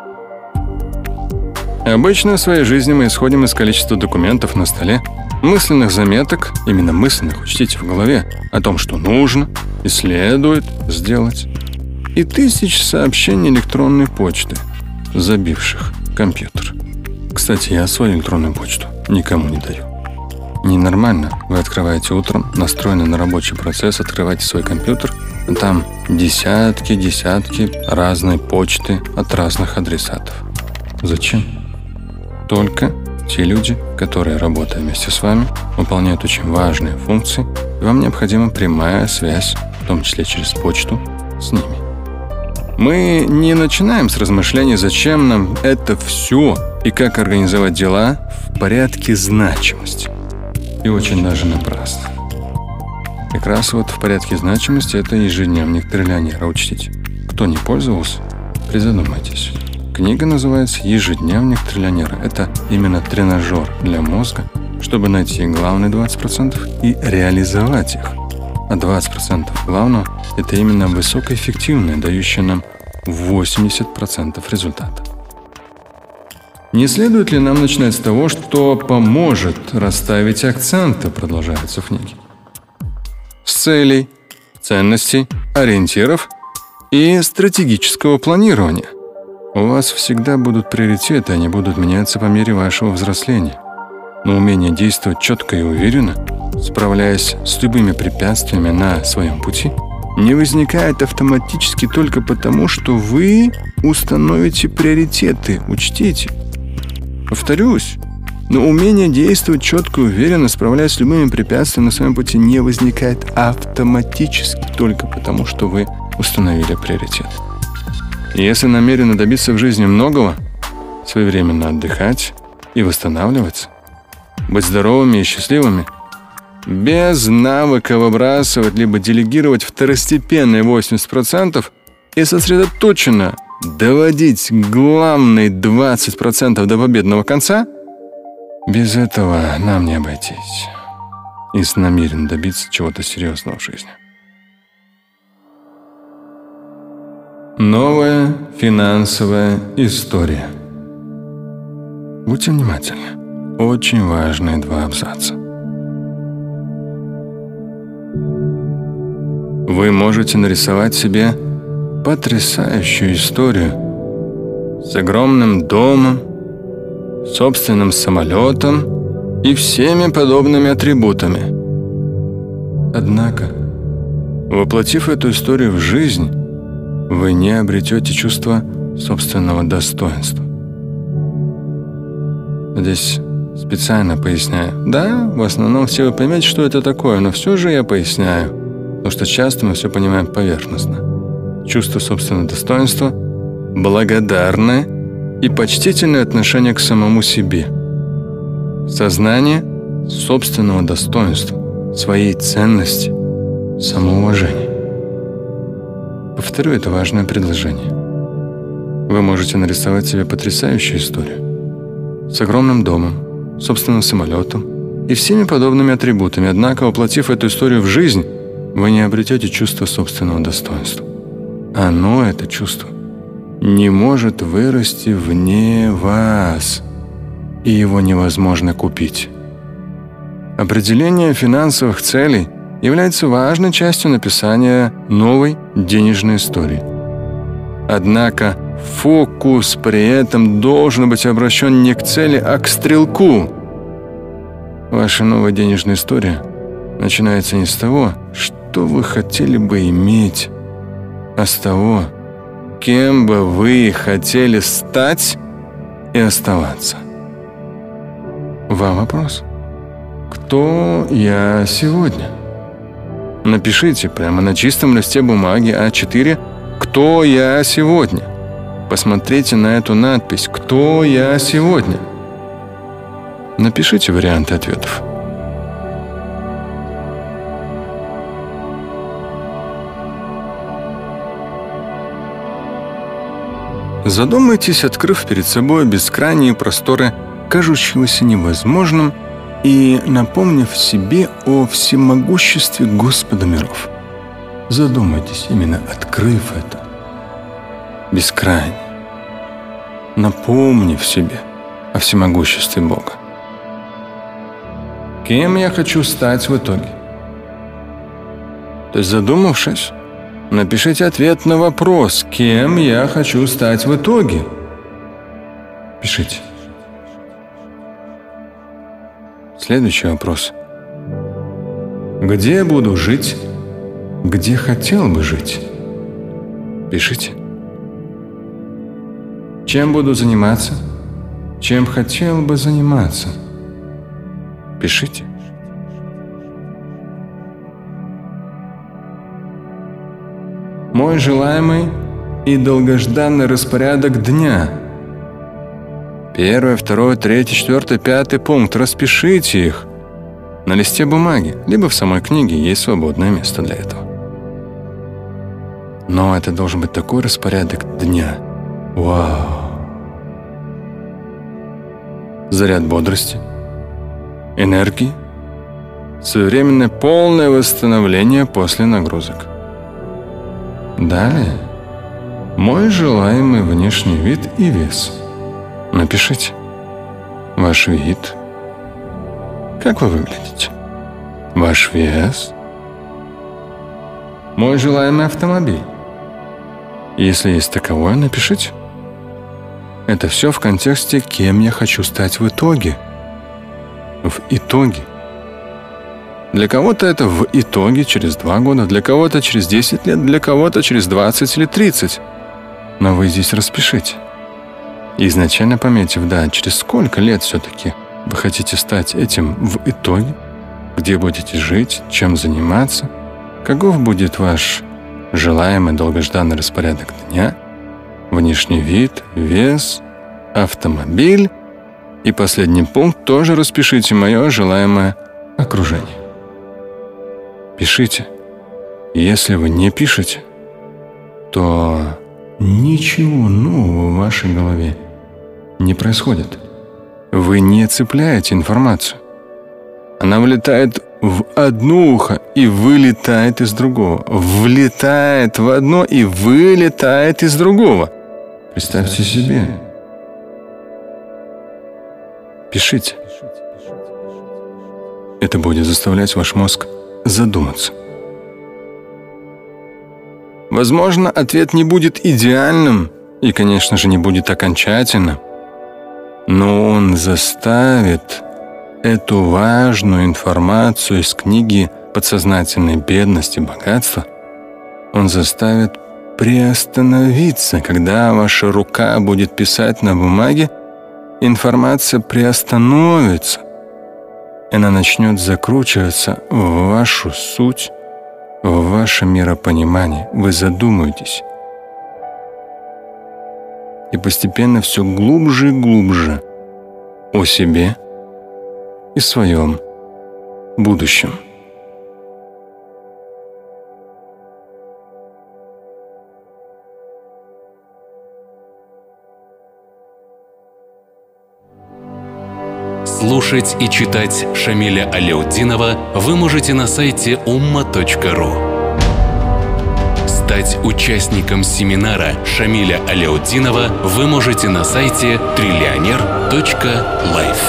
Обычно в своей жизни мы исходим из количества документов на столе, мысленных заметок, именно мысленных, учтите в голове, о том, что нужно и следует сделать, и тысяч сообщений электронной почты, забивших компьютер. Кстати, я свою электронную почту никому не даю. Ненормально. Вы открываете утром, настроены на рабочий процесс, открываете свой компьютер, там десятки разной почты от разных адресатов. Зачем? Только те люди, которые, работая вместе с вами, выполняют очень важные функции, и вам необходима прямая связь, в том числе через почту, с ними. Мы не начинаем с размышлений, зачем нам это все и как организовать дела в порядке значимости. И очень даже напрасно. Как раз вот в порядке значимости это ежедневник триллионера, учтите. Кто не пользовался, призадумайтесь. Книга называется «Ежедневник триллионера». Это именно тренажер для мозга, чтобы найти главные 20% и реализовать их. а 20% главного – это именно высокоэффективное, дающее нам 80% результата. Не следует ли нам начинать с того, что поможет расставить акценты, продолжается в книге? С целей, ценностей, ориентиров и стратегического планирования. У вас всегда будут приоритеты, они будут меняться по мере вашего взросления. Но умение действовать четко и уверенно, справляясь с любыми препятствиями на своем пути, не возникает автоматически только потому, что вы установите приоритеты, учтите. Повторюсь, но умение действовать четко и уверенно, справляясь с любыми препятствиями на своем пути, не возникает автоматически только потому, что вы установили приоритет. Если намерены добиться в жизни многого, своевременно отдыхать и восстанавливаться, быть здоровыми и счастливыми, без навыка выбрасывать либо делегировать второстепенные 80% и сосредоточенно доводить главные 20% до победного конца, без этого нам не обойтись, если намерены добиться чего-то серьезного в жизни. Новая финансовая история. Будьте внимательны. Очень важные 2 абзаца. Вы можете нарисовать себе потрясающую историю с огромным домом, собственным самолетом и всеми подобными атрибутами. Однако, воплотив эту историю в жизнь, вы не обретете чувство собственного достоинства. Здесь специально поясняю. Да, в основном все вы поймете, что это такое, но все же я поясняю, потому что часто мы все понимаем поверхностно. Чувство собственного достоинства, благодарное и почтительное отношение к самому себе. Сознание собственного достоинства, своей ценности, самоуважения. Повторю это важное предложение. Вы можете нарисовать себе потрясающую историю с огромным домом, собственным самолетом и всеми подобными атрибутами. Однако, воплотив эту историю в жизнь, вы не обретете чувство собственного достоинства. Оно, это чувство, не может вырасти вне вас, и его невозможно купить. Определение финансовых целей является важной частью написания новой денежной истории. Однако фокус при этом должен быть обращен не к цели, а к стрелку. Ваша новая денежная история начинается не с того, что вы хотели бы иметь, а с того, кем бы вы хотели стать и оставаться. Вам вопрос: кто я сегодня? Напишите прямо на чистом листе бумаги А4 «Кто я сегодня?». Посмотрите на эту надпись «Кто я сегодня?». Напишите варианты ответов. Задумайтесь, открыв перед собой бескрайние просторы кажущегося невозможным и напомнив себе о всемогуществе Господа миров. Задумайтесь, именно открыв это бескрайне, напомнив себе о всемогуществе Бога. Кем я хочу стать в итоге? То есть, задумавшись, напишите ответ на вопрос: кем я хочу стать в итоге? Пишите. Следующий вопрос: где буду жить? Где хотел бы жить? Пишите. Чем буду заниматься? Чем хотел бы заниматься? Пишите. Мой желаемый и долгожданный распорядок дня. 1, 2, 3, 4, 5 пункт. Распишите их на листе бумаги, либо в самой книге есть свободное место для этого. Но это должен быть такой распорядок дня. Вау! Заряд бодрости, энергии, Своевременное полное восстановление после нагрузок. Далее. Мой желаемый внешний вид и вес. Напишите. Ваш вид. Как вы выглядите? Ваш вес. Мой желаемый автомобиль. Если есть таковое, напишите. Это все в контексте, кем я хочу стать в итоге. В итоге. Для кого-то это в итоге через 2 года, для кого-то через 10 лет, для кого-то через 20 или 30. Но вы здесь распишите. И изначально пометив, да, через сколько лет все-таки вы хотите стать этим в итоге, где будете жить, чем заниматься, каков будет ваш желаемый долгожданный распорядок дня, внешний вид, вес, автомобиль. И последний пункт тоже распишите мое желаемое окружение. Пишите. Если вы не пишете, то ничего нового в вашей голове не происходит. Вы не цепляете информацию. Она влетает в одно ухо и вылетает из другого. Влетает в одно и вылетает из другого. Представьте себе. Пишите. Это будет заставлять ваш мозг задуматься. Возможно, ответ не будет идеальным и, конечно же, не будет окончательным, но он заставит эту важную информацию из книги «Подсознательная бедность и богатство», он заставит приостановиться. Когда ваша рука будет писать на бумаге, информация приостановится. Она начнет закручиваться в вашу суть, в ваше миропонимание. Вы задумаетесь. И постепенно все глубже и глубже о себе и своем будущем. Слушать и читать Шамиля Аляутдинова вы можете на сайте umma.ru. Стать участником семинара Шамиля Аляутдинова вы можете на сайте trillioner.life.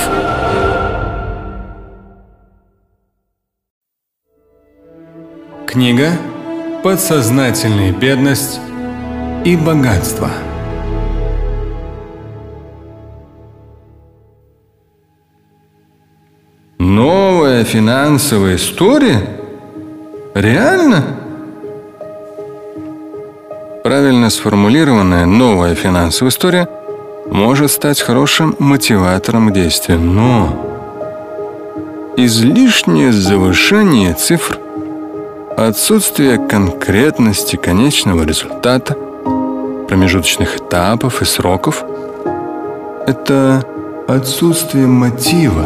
Книга «Подсознательная бедность и богатство». Новая финансовая история? Реально? Правильно сформулированная новая финансовая история может стать хорошим мотиватором к действию, но излишнее завышение цифр, отсутствие конкретности конечного результата, промежуточных этапов и сроков – это отсутствие мотива.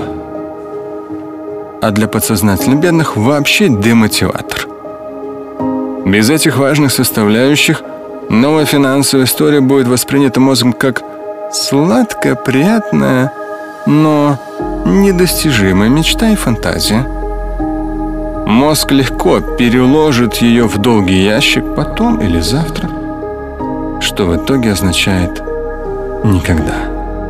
А для подсознательно бедных вообще демотиватор. Без этих важных составляющих новая финансовая история будет воспринята мозгом как сладкая, приятная, но недостижимая мечта и фантазия. Мозг легко переложит ее в долгий ящик потом или завтра, что в итоге означает «никогда».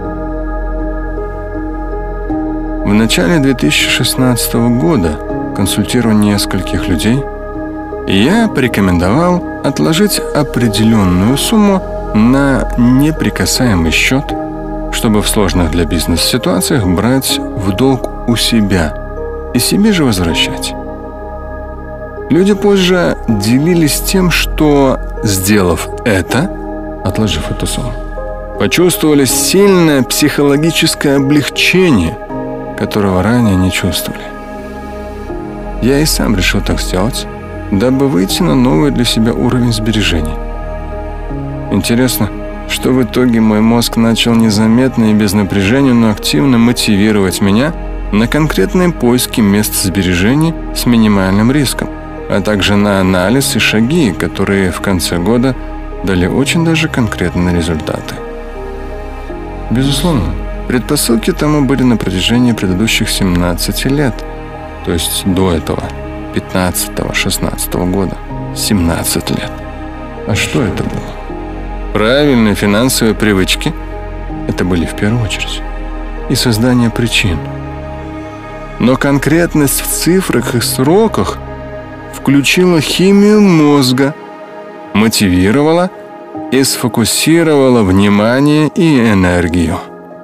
В начале 2016 года, консультируя нескольких людей, я порекомендовал отложить определенную сумму на неприкасаемый счет, чтобы в сложных для бизнеса ситуациях брать в долг у себя и себе же возвращать. Люди позже делились тем, что, сделав это, отложив эту сумму, почувствовали сильное психологическое облегчение, которого ранее не чувствовали. Я и сам решил так сделать, дабы выйти на новый для себя уровень сбережений. Интересно, что в итоге мой мозг начал незаметно и без напряжения, но активно мотивировать меня на конкретные поиски мест сбережений с минимальным риском, а также на анализ и шаги, которые в конце года дали очень даже конкретные результаты. Безусловно, предпосылки тому были на протяжении предыдущих 17 лет. то есть до этого, 15-16 года, 17 лет. А что это было? Правильные финансовые привычки – это были в первую очередь. И создание причин. Но конкретность в цифрах и сроках включила химию мозга, мотивировала и сфокусировала внимание и энергию.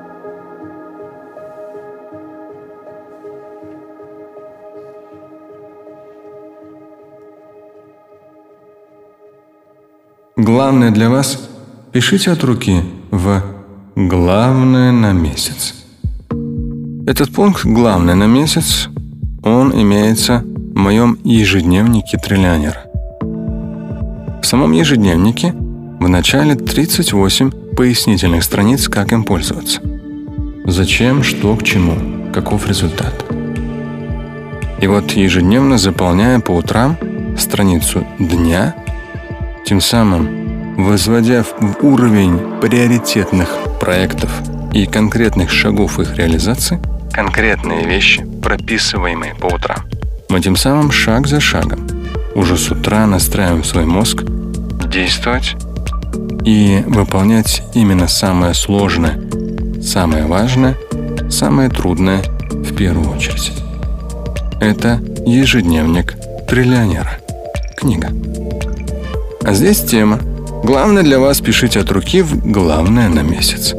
Главное для вас – пишите от руки в «Главное на месяц». Этот пункт «Главное на месяц» он имеется в моем ежедневнике триллионера. В самом ежедневнике в начале 38 пояснительных страниц, как им пользоваться. Зачем, что, к чему, каков результат. И вот ежедневно заполняя по утрам страницу дня, тем самым возводя в уровень приоритетных проектов и конкретных шагов их реализации, конкретные вещи, прописываемые по утрам, мы тем самым шаг за шагом уже с утра настраиваем свой мозг действовать и выполнять именно самое сложное, самое важное, самое трудное в первую очередь. Это ежедневник триллионера. Книга. А здесь тема. Главное для вас пишите от руки в «Главное на месяц».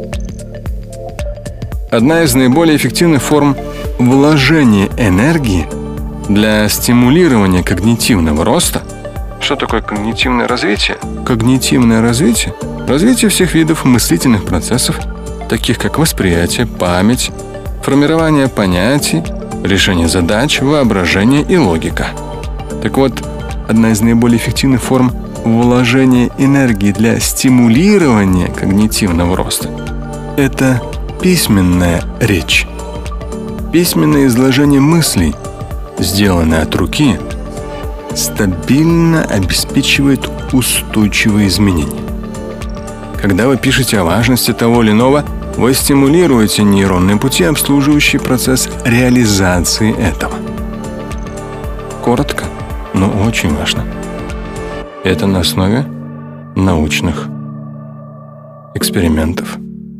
Одна из наиболее эффективных форм вложения энергии для стимулирования когнитивного роста. Что такое когнитивное развитие? Когнитивное развитие – развитие всех видов мыслительных процессов, таких как восприятие, память, формирование понятий, решение задач, воображение и логика. Так вот, одна из наиболее эффективных форм вложения энергии для стимулирования когнитивного роста – это письменная речь. Письменное изложение мыслей, сделанное от руки, стабильно обеспечивает устойчивые изменения. Когда вы пишете о важности того или иного, вы стимулируете нейронные пути, обслуживающие процесс реализации этого. Коротко, но очень важно. Это на основе научных экспериментов.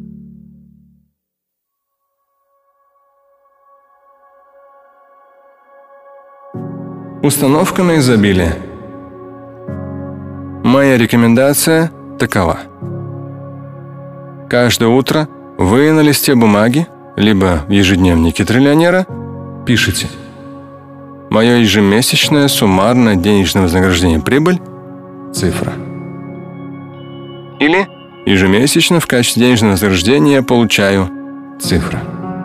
Установка на изобилие. Моя рекомендация такова. Каждое утро вы на листе бумаги, либо в ежедневнике триллионера, пишете: «Мое ежемесячное суммарное денежное вознаграждение прибыль – цифра». Или «Ежемесячно в качестве денежного вознаграждения я получаю цифра».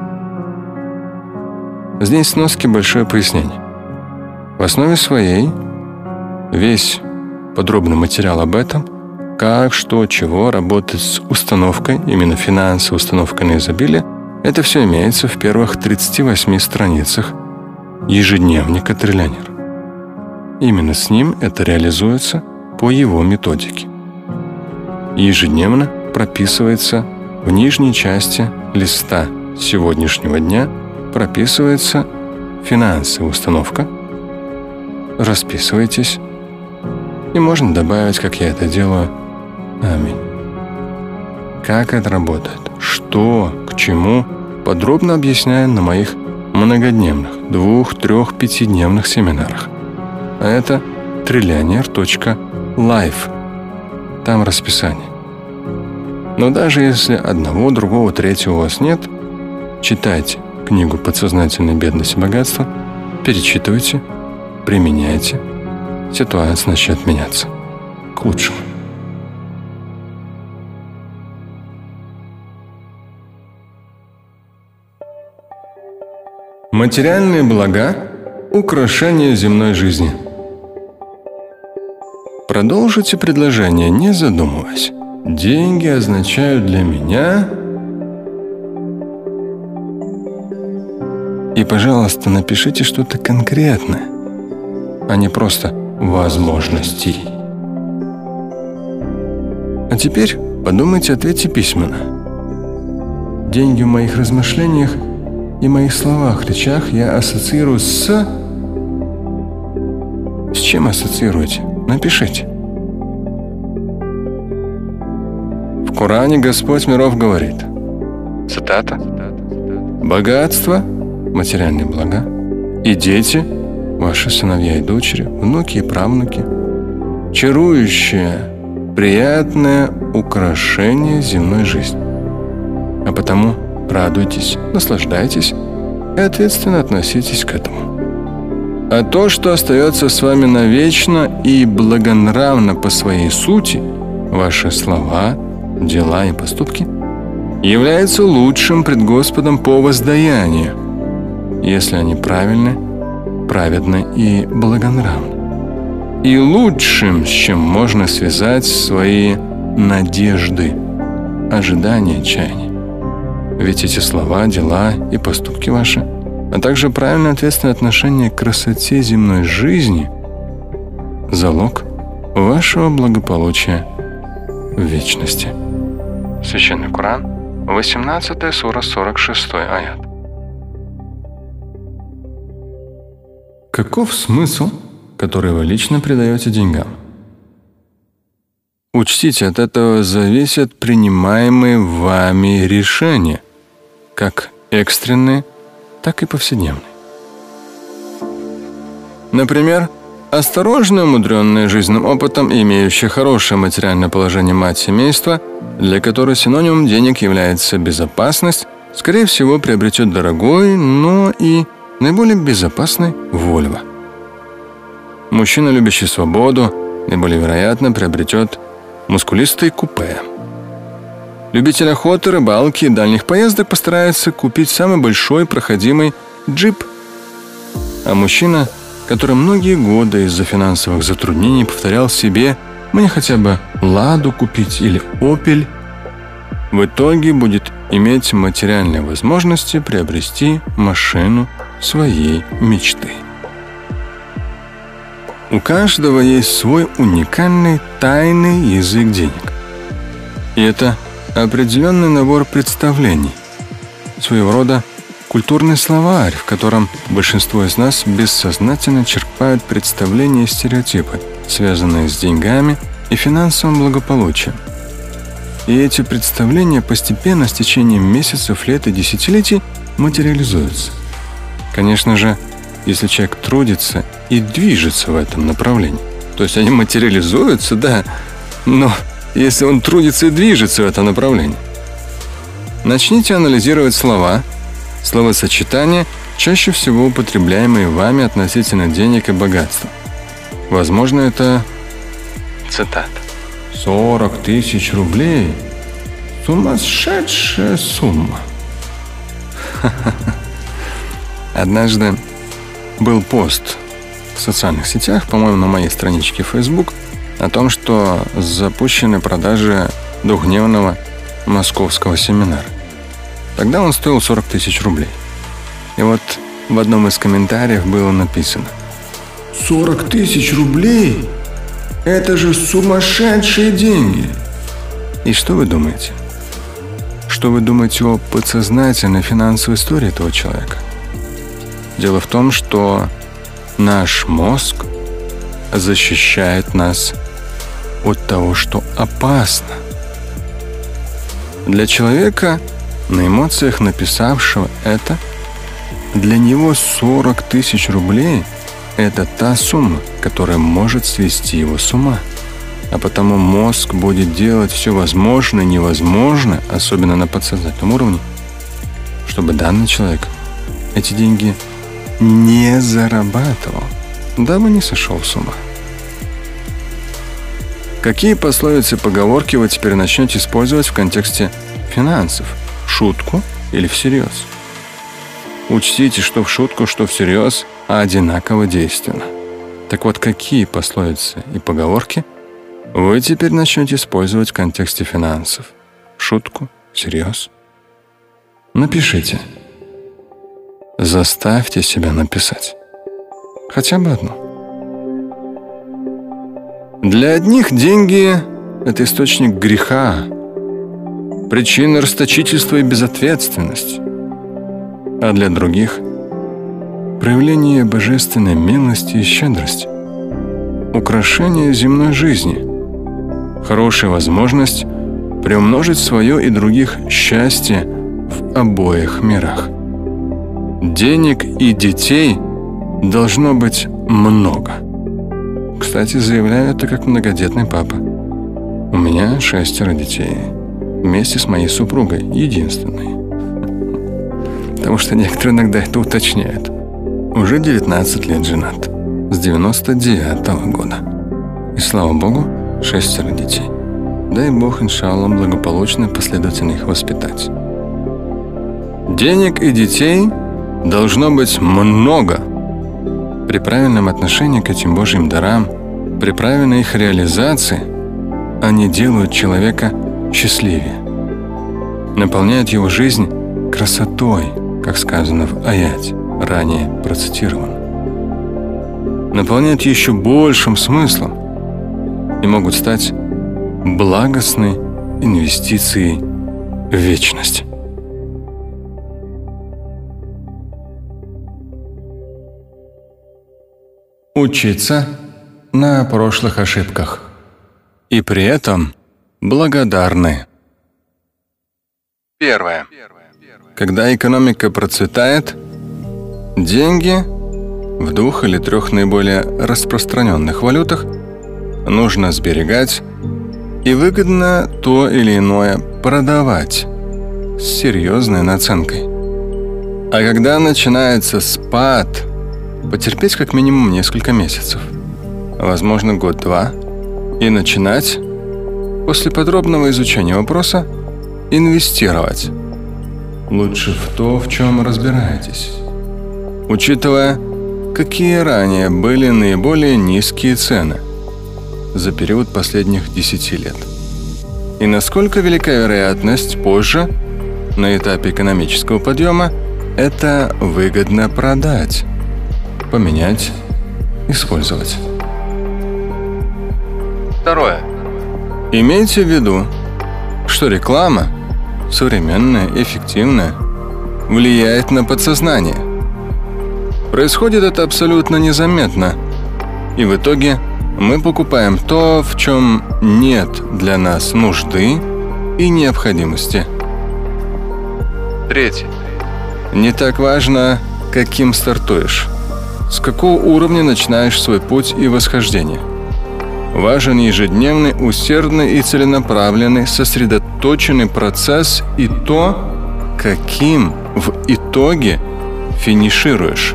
Здесь в сноске большое пояснение. В основе своей весь подробный материал об этом, как, что, чего работать с установкой, именно финансовой установкой на изобилие, это все имеется в первых 38 страницах ежедневника триллионера. Именно с ним это реализуется по его методике. Ежедневно прописывается в нижней части листа сегодняшнего дня, прописывается финансовая установка, расписывайтесь, и можно добавить, как я это делаю, аминь. Как это работает, что, к чему, подробно объясняю на моих многодневных 2, 3, 5-дневных семинарах. А это trillioner.life. Там расписание. Но даже если одного, другого, третьего у вас нет, читайте книгу «Подсознательная бедность и богатство», перечитывайте, применяйте, ситуация начнет меняться к лучшему. Материальные блага – украшение земной жизни. Продолжите предложение, не задумываясь. Деньги означают для меня... И, пожалуйста, напишите что-то конкретное, а не просто возможности. А теперь подумайте, ответьте письменно. Деньги в моих размышлениях и моих словах, речах я ассоциирую с чем ассоциируете? Напишите. В Коране Господь миров говорит, цитата: «Богатство, материальные блага, и дети, ваши сыновья и дочери, внуки и правнуки, чарующее, приятное украшение земной жизни. А потому радуйтесь, наслаждайтесь и ответственно относитесь к этому. А то, что остается с вами навечно и благонравно по своей сути, ваши слова, дела и поступки, является лучшим пред Господом по воздаянию, если они правильны, праведны и благонравны, и лучшим, с чем можно связать свои надежды, ожидания, чаяния. Ведь эти слова, дела и поступки ваши, а также правильное ответственное отношение к красоте земной жизни – залог вашего благополучия в вечности». Священный Коран, 18 сура, 46 аят. Каков смысл, который вы лично придаете деньгам? Учтите, от этого зависят принимаемые вами решения, как экстренные, так и повседневные. Например, осторожная, умудренная жизненным опытом и имеющая хорошее материальное положение мать семейства, для которой синонимом денег является безопасность, скорее всего, приобретет дорогой, но и наиболее безопасный Вольво. Мужчина, любящий свободу, наиболее вероятно приобретет мускулистый купе. Любитель охоты, рыбалки и дальних поездок постарается купить самый большой проходимый джип. А мужчина, который многие годы из-за финансовых затруднений повторял себе «мне хотя бы Ладу купить» или «Опель», в итоге будет иметь материальные возможности приобрести машину своей мечты. У каждого есть свой уникальный тайный язык денег. И это определенный набор представлений, своего рода культурный словарь, в котором большинство из нас бессознательно черпают представления и стереотипы, связанные с деньгами и финансовым благополучием. И эти представления постепенно, с течением месяцев, лет и десятилетий, материализуются. Конечно же, если человек трудится и движется в этом направлении. То есть они материализуются, да, но если он трудится и движется в этом направлении. Начните анализировать слова, словосочетания, чаще всего употребляемые вами относительно денег и богатства. Возможно, это цитата: 40 тысяч рублей – сумасшедшая сумма. Однажды был пост в социальных сетях, по-моему, на моей страничке в Facebook, о том, что запущены продажи двухдневного московского семинара. Тогда он стоил 40 тысяч рублей. И вот в одном из комментариев было написано: 40 тысяч рублей? Это же сумасшедшие деньги! И что вы думаете? Что вы думаете о подсознательной финансовой истории этого человека? Дело в том, что наш мозг защищает нас от того, что опасно. Для человека, на эмоциях написавшего это, для него 40 тысяч рублей – это та сумма, которая может свести его с ума. А потому мозг будет делать все возможное и невозможное, особенно на подсознательном уровне, чтобы данный человек эти деньги не зарабатывал, дабы не сошел с ума. Какие пословицы и поговорки вы теперь начнете использовать в контексте финансов? В шутку или всерьез? Учтите, что в шутку, что всерьез одинаково действенно. Так вот, какие пословицы и поговорки вы теперь начнете использовать в контексте финансов? В шутку? Всерьез? Напишите. Заставьте себя написать. Хотя бы одну. Для одних деньги – это источник греха, причина расточительства и безответственности. а для других – проявление божественной милости и щедрости, украшение земной жизни, хорошая возможность приумножить свое и других счастье в обоих мирах. Денег и детей должно быть много. Кстати, заявляю это как многодетный папа. У меня 6 детей, вместе с моей супругой, единственной. Потому что некоторые иногда это уточняют. Уже 19 лет женат, с 99-го года. И слава Богу, 6 детей. Дай Бог, иншаллах, благополучно и последовательно их воспитать. Денег и детей должно быть много. При правильном отношении к этим Божьим дарам, при правильной их реализации, они делают человека счастливее, наполняют его жизнь красотой, как сказано в аяте, ранее процитировано, наполняют еще большим смыслом и могут стать благостной инвестицией в вечность. Учиться на прошлых ошибках и при этом благодарны. Первое. Когда экономика процветает, деньги в 2 или 3 наиболее распространенных валютах нужно сберегать и выгодно то или иное продавать с серьезной наценкой. А когда начинается спад, потерпеть как минимум несколько месяцев, возможно, 1-2, и начинать, после подробного изучения вопроса, инвестировать. Лучше в то, в чем разбираетесь, учитывая, какие ранее были наиболее низкие цены за период последних 10 лет. И насколько велика вероятность позже, на этапе экономического подъема, это выгодно продать, поменять, использовать. Второе. Имейте в виду, что реклама, современная, эффективная, влияет на подсознание. Происходит это абсолютно незаметно, и в итоге мы покупаем то, в чем нет для нас нужды и необходимости. Третье. Не так важно, каким стартуешь, с какого уровня начинаешь свой путь и восхождение. Важен ежедневный, усердный и целенаправленный, сосредоточенный процесс и то, каким в итоге финишируешь.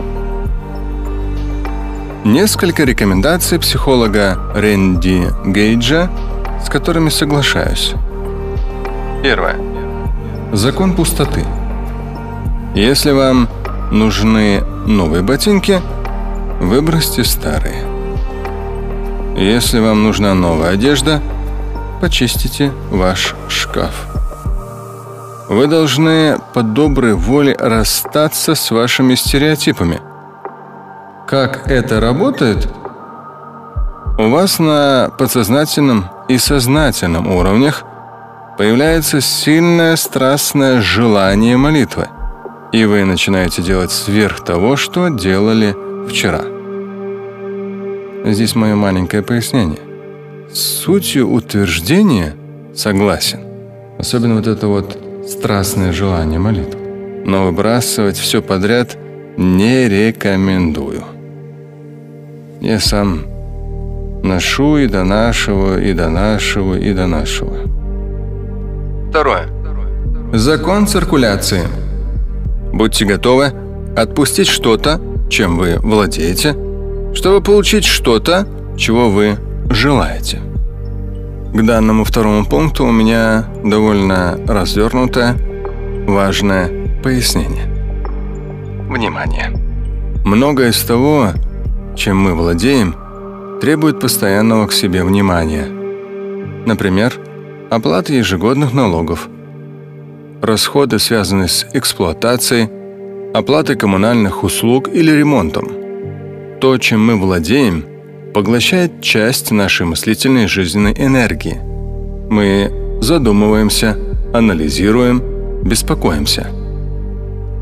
Несколько рекомендаций психолога Рэнди Гейджа, с которыми соглашаюсь. Первое. Закон пустоты. Если вам нужны новые ботинки, выбросьте старые. Если вам нужна новая одежда, почистите ваш шкаф. Вы должны по доброй воле расстаться с вашими стереотипами. Как это работает? У вас на подсознательном и сознательном уровнях появляется сильное страстное желание молитвы, и вы начинаете делать сверх того, что делали вчера. Здесь мое маленькое пояснение. С сутью утверждения согласен, особенно вот это вот страстное желание молитвы, но выбрасывать все подряд не рекомендую. Я сам ношу и донашиваю, и донашиваю, и донашиваю. Второе. Закон циркуляции. Будьте готовы отпустить что-то, чем вы владеете, чтобы получить что-то, чего вы желаете. К данному второму пункту у меня довольно развернутое, важное пояснение. Внимание! Многое из того, чем мы владеем, требует постоянного к себе внимания. Например, оплата ежегодных налогов, расходы, связанные с эксплуатацией, оплатой коммунальных услуг или ремонтом. То, чем мы владеем, поглощает часть нашей мыслительной жизненной энергии. Мы задумываемся, анализируем, беспокоимся.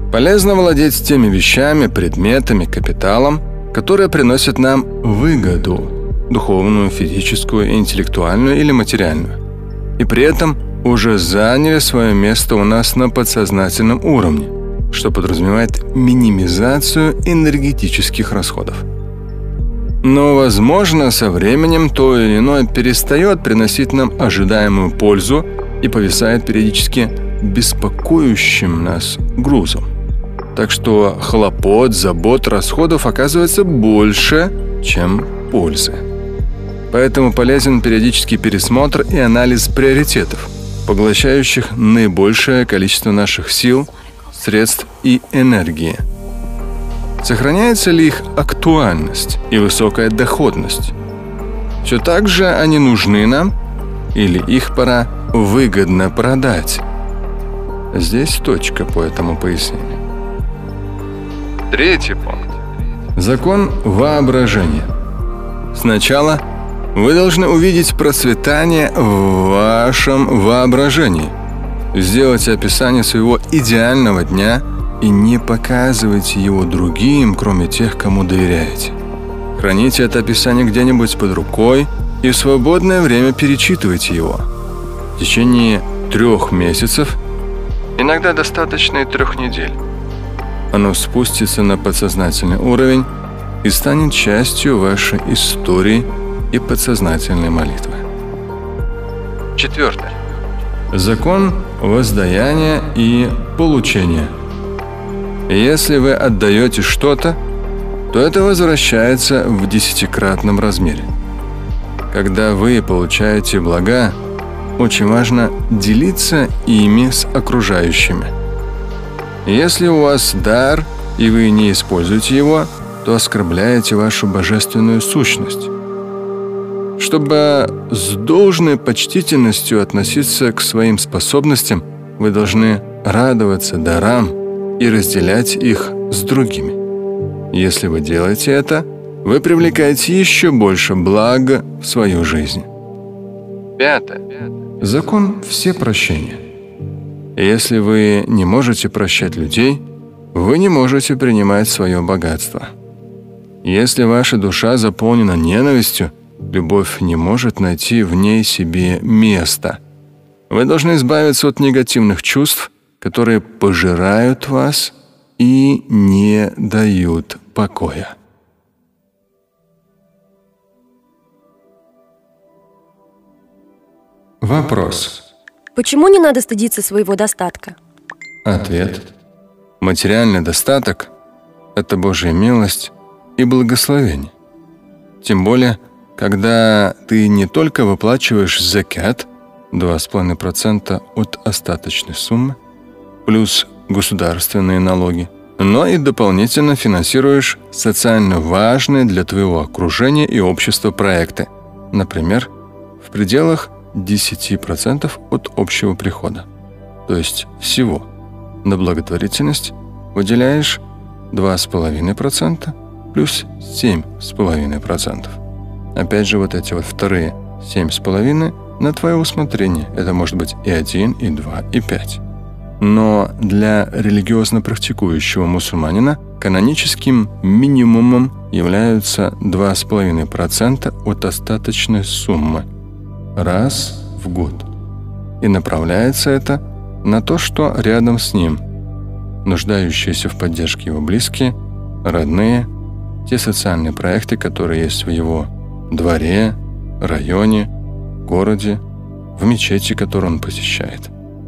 Полезно владеть теми вещами, предметами, капиталом, которые приносят нам выгоду – духовную, физическую, интеллектуальную или материальную. И при этом уже заняли свое место у нас на подсознательном уровне, что подразумевает минимизацию энергетических расходов. Но, возможно, со временем то или иное перестает приносить нам ожидаемую пользу и повисает периодически беспокоящим нас грузом. Так что хлопот, забот, расходов оказывается больше, чем пользы. Поэтому полезен периодический пересмотр и анализ приоритетов, поглощающих наибольшее количество наших сил, средств и энергии. Сохраняется ли их актуальность и высокая доходность? Все так же они нужны нам или их пора выгодно продать? Здесь точка по этому пояснению. Третий пункт. Закон воображения. Сначала вы должны увидеть процветание в вашем воображении. Сделайте описание своего идеального дня и не показывайте его другим, кроме тех, кому доверяете. Храните это описание где-нибудь под рукой и в свободное время перечитывайте его. В течение 3 месяцев, иногда достаточно и 3 недель, оно спустится на подсознательный уровень и станет частью вашей истории и подсознательной молитвы. 4. Закон воздаяния и получения. Если вы отдаете что-то, то это возвращается в 10-кратном размере. Когда вы получаете блага, очень важно делиться ими с окружающими. Если у вас дар, и вы не используете его, то оскорбляете вашу божественную сущность. Чтобы с должной почтительностью относиться к своим способностям, вы должны радоваться дарам и разделять их с другими. Если вы делаете это, вы привлекаете еще больше блага в свою жизнь. 5. Закон всепрощения. Если вы не можете прощать людей, вы не можете принимать свое богатство. Если ваша душа заполнена ненавистью, любовь не может найти в ней себе места. Вы должны избавиться от негативных чувств, которые пожирают вас и не дают покоя. Вопрос. Почему не надо стыдиться своего достатка? Ответ. Материальный достаток – это Божья милость и благословение. Тем более, когда ты не только выплачиваешь закят 2,5% от остаточной суммы, плюс государственные налоги, но и дополнительно финансируешь социально важные для твоего окружения и общества проекты, например, в пределах 10% от общего прихода. То есть всего на благотворительность выделяешь 2,5% плюс 7,5%. Опять же, вот эти вот вторые 7,5% на твое усмотрение. Это может быть и 1, и 2, и 5. Но для религиозно практикующего мусульманина каноническим минимумом являются 2,5% от остаточной суммы раз в год. И направляется это на то, что рядом с ним нуждающиеся в поддержке его близкие, родные, те социальные проекты, которые есть в его дворе, районе, городе, в мечети, которую он посещает.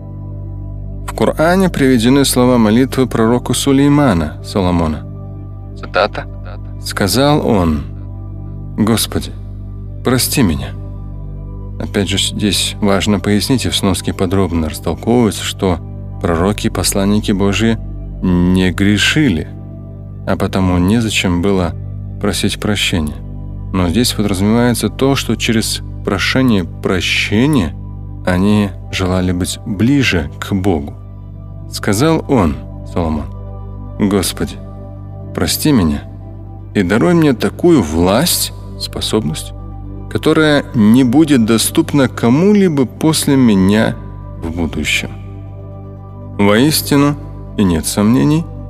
В Коране приведены слова молитвы пророку Сулеймана, Соломона. Цитата. «Сказал он: Господи, прости меня». Опять же, здесь важно пояснить, и в сноске подробно растолковывается, что пророки и посланники Божьи не грешили, а потому незачем было просить прощения. Но здесь подразумевается то, что через прошение прощения они желали быть ближе к Богу. Сказал он, Соломон: Господи, прости меня и даруй мне такую власть, способность, которая не будет доступна кому-либо после меня в будущем. Воистину, и нет сомнений,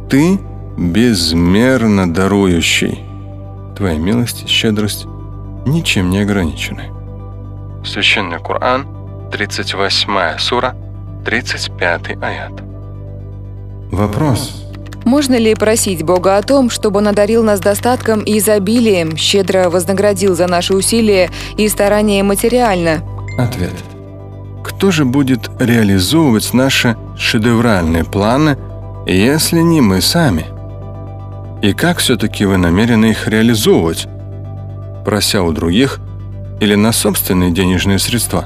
Ты безмерно дарующий. Твоя милость и щедрость ничем не ограничены. Священный Коран, 38 сура, 35 аят. Вопрос. Можно ли просить Бога о том, чтобы Он одарил нас достатком и изобилием, щедро вознаградил за наши усилия и старания материально? Ответ. Кто же будет реализовывать наши шедевральные планы, если не мы сами? И как все-таки вы намерены их реализовывать, прося у других или на собственные денежные средства?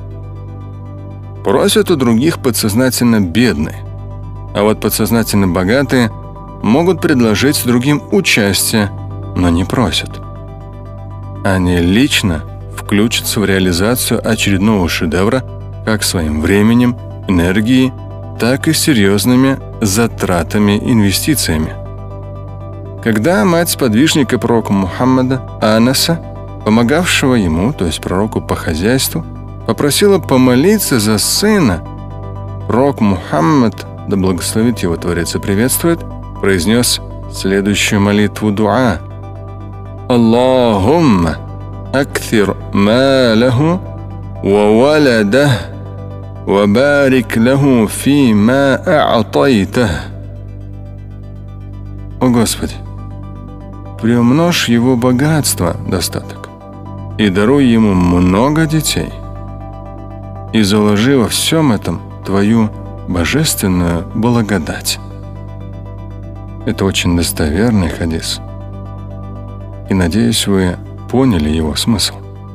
Просят у других подсознательно бедные, а вот подсознательно богатые могут предложить другим участие, но не просят. Они лично включатся в реализацию очередного шедевра как своим временем, энергией, так и серьезными затратами, инвестициями. Когда мать сподвижника пророка Мухаммада, Анаса, помогавшего ему, то есть пророку по хозяйству, попросила помолиться за сына, пророк Мухаммад, да благословит его Творец и приветствует, произнес следующую молитву дуа: «Аллахумма акthir малаху ва валадах ва барик лаху фи ма а'тайтах». О Господи, приумножь его богатство, достаток, и даруй ему много детей, и заложи во всем этом Твою божественную благодать. Это очень достоверный хадис, и, надеюсь, вы поняли его смысл.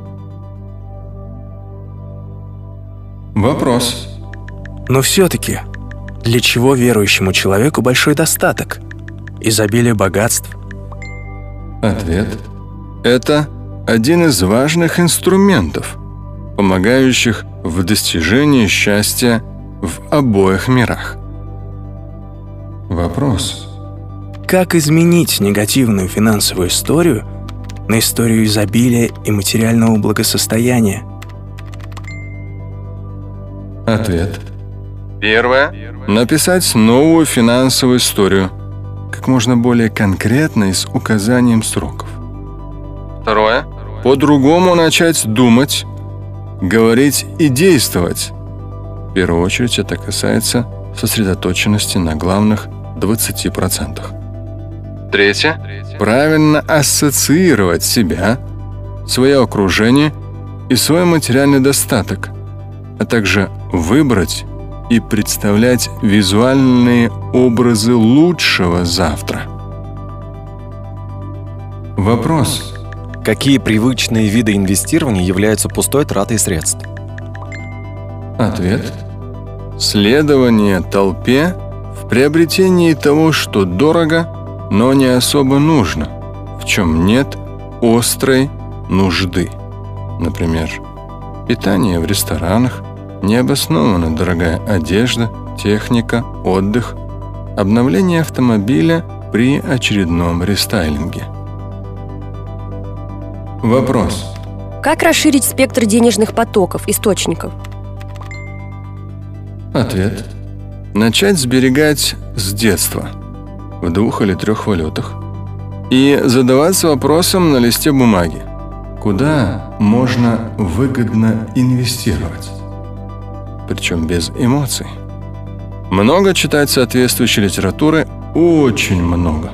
Вопрос. Но все-таки, для чего верующему человеку большой достаток, изобилие богатств? Ответ. Это один из важных инструментов, помогающих в достижении счастья в обоих мирах. Вопрос. Как изменить негативную финансовую историю на историю изобилия и материального благосостояния? Ответ. Первое. Написать новую финансовую историю, как можно более конкретно и с указанием сроков. Второе. По-другому начать думать, говорить и действовать. В первую очередь это касается сосредоточенности на главных 20%. Третье. Правильно ассоциировать себя, свое окружение и свой материальный достаток, а также выбрать и представлять визуальные образы лучшего завтра. Вопрос. Какие привычные виды инвестирования являются пустой тратой средств? Ответ. Следование толпе в приобретении того, что дорого, но не особо нужно, в чем нет острой нужды. Например, питание в ресторанах, необоснованно дорогая одежда, техника, отдых, обновление автомобиля при очередном рестайлинге. Вопрос. Как расширить спектр денежных потоков, источников? Ответ. Начать сберегать с детства в 2 или 3 валютах и задаваться вопросом на листе бумаги: куда можно выгодно инвестировать? Причем без эмоций. Много читать соответствующей литературы, очень много.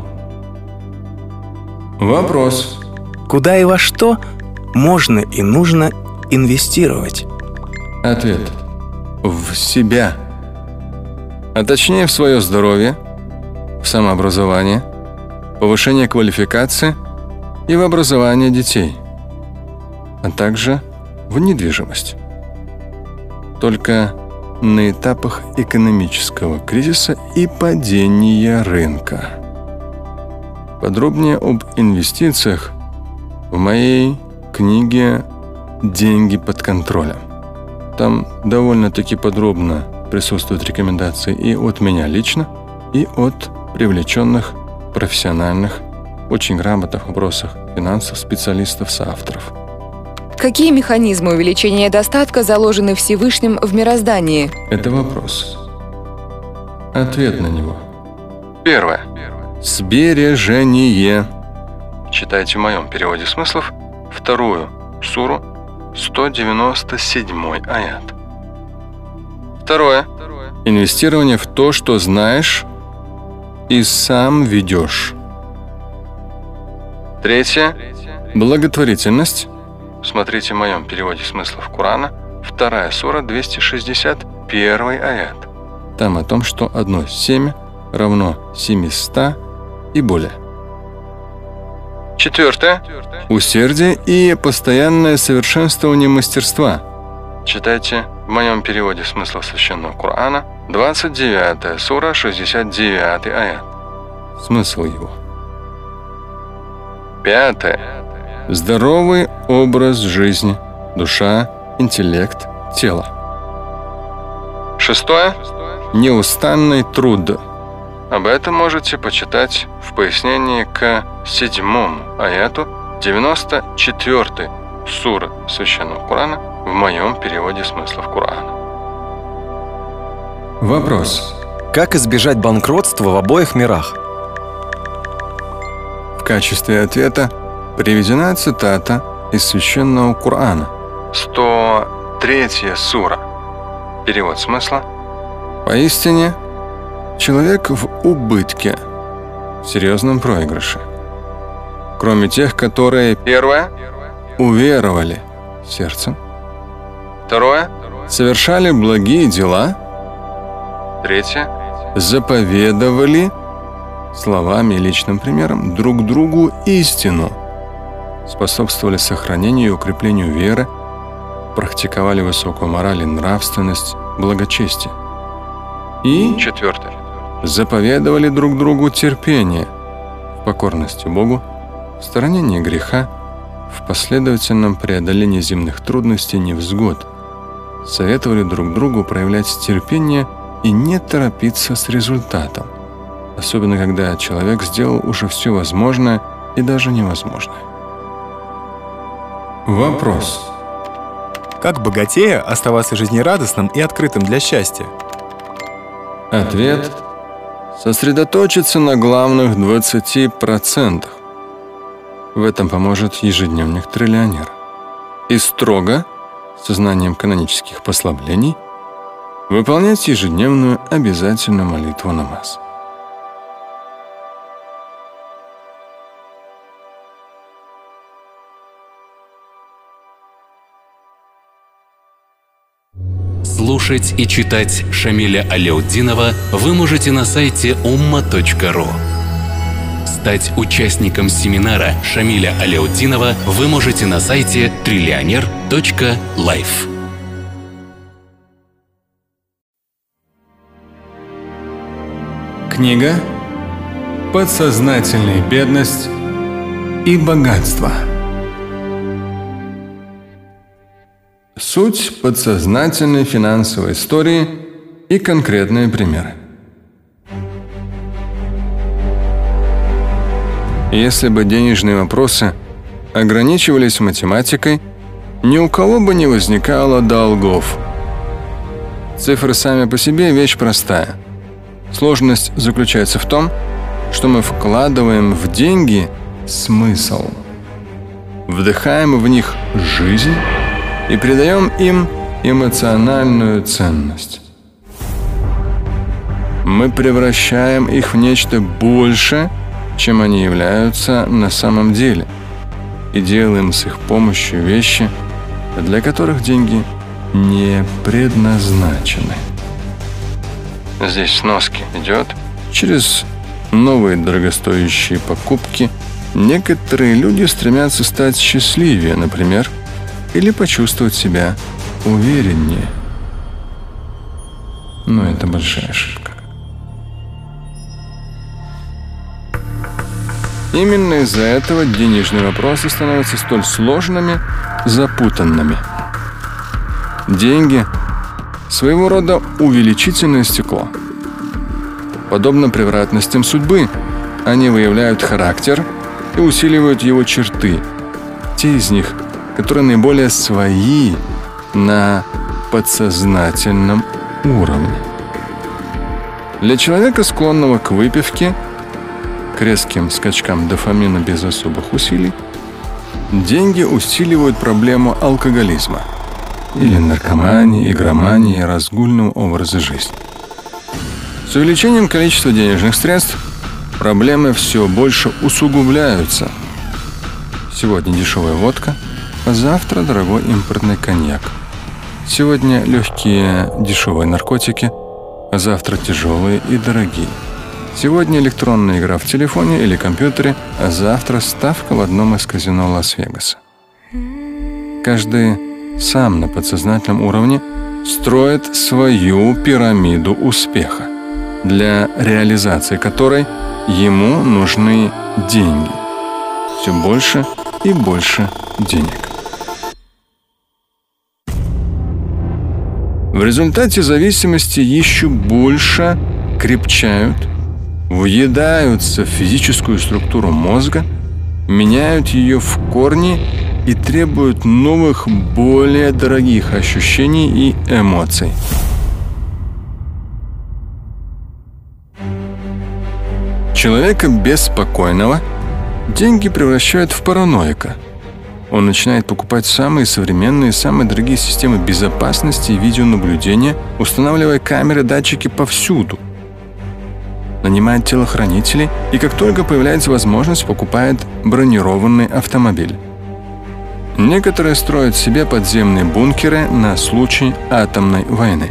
Вопрос. Куда и во что можно и нужно инвестировать? Ответ. В себя. А точнее в свое здоровье, в самообразование, повышение квалификации и в образование детей, а также в недвижимость. Только на этапах экономического кризиса и падения рынка. Подробнее об инвестициях в моей книге «Деньги под контролем». Там довольно-таки подробно присутствуют рекомендации и от меня лично, и от привлеченных профессиональных, очень грамотных в вопросах финансов специалистов-соавторов. Какие механизмы увеличения достатка заложены Всевышним в мироздании? Это вопрос. Ответ на него. Первое. Сбережение. Читайте в моем переводе смыслов 2 суру, 197 аят. Второе. Инвестирование в то, что знаешь и сам ведешь. Третье. Благотворительность. Смотрите в моем переводе смыслов Корана, 2 сура, 261 аят. Там о том, что одно семя равно 700 и более. Четвертое. Усердие и постоянное совершенствование мастерства. Читайте в моем переводе смыслов Священного Корана, 29 сура, 69 аят. Смысл его. Пятое. Здоровый образ жизни, душа, интеллект, тело. Шестое. Неустанный труд. Об этом можете почитать в пояснении к 7 аяту 94 суры Священного Корана в моем переводе смыслов Корана. Вопрос. Как избежать банкротства в обоих мирах? В качестве ответа приведена цитата из Священного Корана, 103 сура. Перевод смысла. Поистине, человек в убытке, в серьезном проигрыше. Кроме тех, которые, первое, уверовали сердцем, второе, совершали благие дела, третье, заповедовали словами и личным примером друг другу истину, способствовали сохранению и укреплению веры, практиковали высокую мораль и нравственность, благочестие. И четвертое. Заповедовали друг другу терпение в покорности Богу, в сторонении греха, в последовательном преодолении земных трудностей и невзгод. Советовали друг другу проявлять терпение и не торопиться с результатом, особенно когда человек сделал уже все возможное и даже невозможное. Вопрос. Как богатея оставаться жизнерадостным и открытым для счастья? Ответ. Сосредоточиться на главных 20%. В этом поможет ежедневник триллионера. И строго, с сознанием канонических послаблений, выполнять ежедневную обязательную молитву намаз. Слушать и читать Шамиля Аляутдинова вы можете на сайте umma.ru. Стать участником семинара Шамиля Аляутдинова вы можете на сайте trillioner.life. Книга «Подсознательная бедность и богатство». Суть подсознательной финансовой истории и конкретные примеры. Если бы денежные вопросы ограничивались математикой, ни у кого бы не возникало долгов. Цифры сами по себе – вещь простая. Сложность заключается в том, что мы вкладываем в деньги смысл, вдыхаем в них жизнь и придаем им эмоциональную ценность. Мы превращаем их в нечто большее, чем они являются на самом деле, и делаем с их помощью вещи, для которых деньги не предназначены. Здесь сноски идет. Через новые дорогостоящие покупки некоторые люди стремятся стать счастливее, например, или почувствовать себя увереннее. Но это большая ошибка. Именно из-за этого денежные вопросы становятся столь сложными, запутанными. Деньги – своего рода увеличительное стекло. Подобно превратностям судьбы, они выявляют характер и усиливают его черты. Те из них, которые наиболее свои на подсознательном уровне. Для человека, склонного к выпивке, к резким скачкам дофамина без особых усилий, деньги усиливают проблему алкоголизма или наркомании, игромании, разгульного образа жизни. С увеличением количества денежных средств проблемы все больше усугубляются. Сегодня дешевая водка, а завтра дорогой импортный коньяк. Сегодня легкие дешевые наркотики, а завтра тяжелые и дорогие. Сегодня электронная игра в телефоне или компьютере, а завтра ставка в одном из казино Лас-Вегаса. Каждый сам на подсознательном уровне строит свою пирамиду успеха, для реализации которой ему нужны деньги. Все больше и больше денег. В результате зависимости еще больше крепчают, въедаются в физическую структуру мозга, меняют ее в корне и требуют новых, более дорогих ощущений и эмоций. Человека беспокойного деньги превращают в параноика. Он начинает покупать самые современные, самые дорогие системы безопасности и видеонаблюдения, устанавливая камеры, датчики повсюду. Нанимает телохранителей и, как только появляется возможность, покупает бронированный автомобиль. Некоторые строят себе подземные бункеры на случай атомной войны.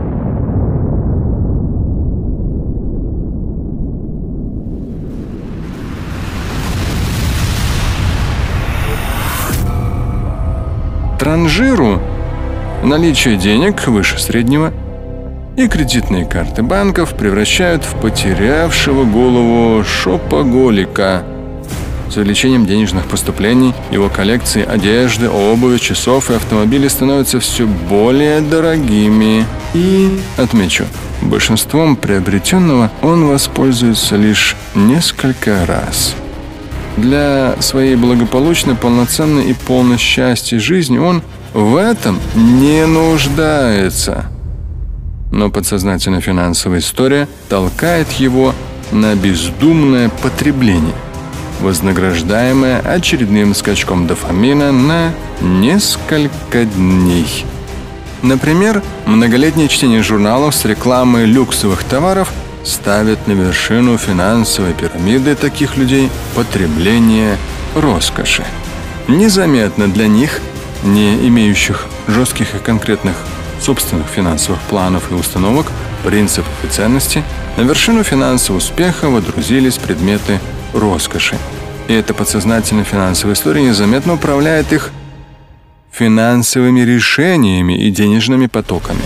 Транжиру наличие денег выше среднего и кредитные карты банков превращают в потерявшего голову шопоголика. С увеличением денежных поступлений его коллекции одежды, обуви, часов и автомобилей становятся все более дорогими. И, отмечу, большинством приобретенного он воспользуется лишь несколько раз. Для своей благополучной, полноценной и полной счастья жизни он в этом не нуждается. Но подсознательная финансовая история толкает его на бездумное потребление, вознаграждаемое очередным скачком дофамина на несколько дней. Например, многолетнее чтение журналов с рекламой люксовых товаров ставит на вершину финансовой пирамиды таких людей потребление роскоши. Незаметно для них, не имеющих жестких и конкретных собственных финансовых планов и установок, принципов и ценностей, на вершину финансового успеха водрузились предметы роскоши. И эта подсознательная финансовая история незаметно управляет их финансовыми решениями и денежными потоками.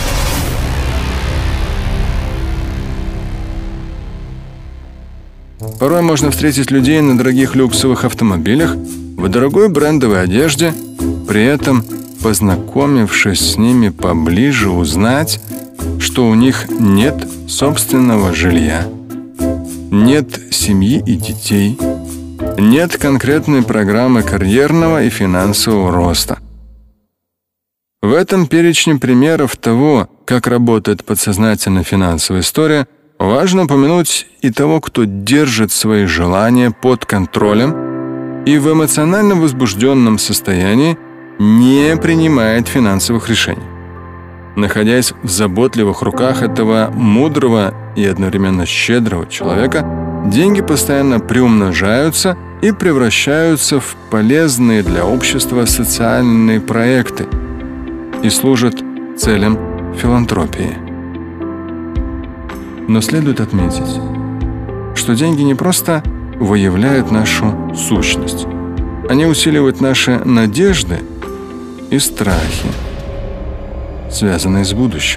Порой можно встретить людей на дорогих люксовых автомобилях, в дорогой брендовой одежде, при этом, познакомившись с ними поближе, узнать, что у них нет собственного жилья, нет семьи и детей, нет конкретной программы карьерного и финансового роста. В этом перечне примеров того, как работает подсознательная финансовая история, важно упомянуть и того, кто держит свои желания под контролем и в эмоционально возбужденном состоянии не принимает финансовых решений. Находясь в заботливых руках этого мудрого и одновременно щедрого человека, деньги постоянно приумножаются и превращаются в полезные для общества социальные проекты и служат целям филантропии. Но следует отметить, что деньги не просто выявляют нашу сущность. Они усиливают наши надежды и страхи, связанные с будущим.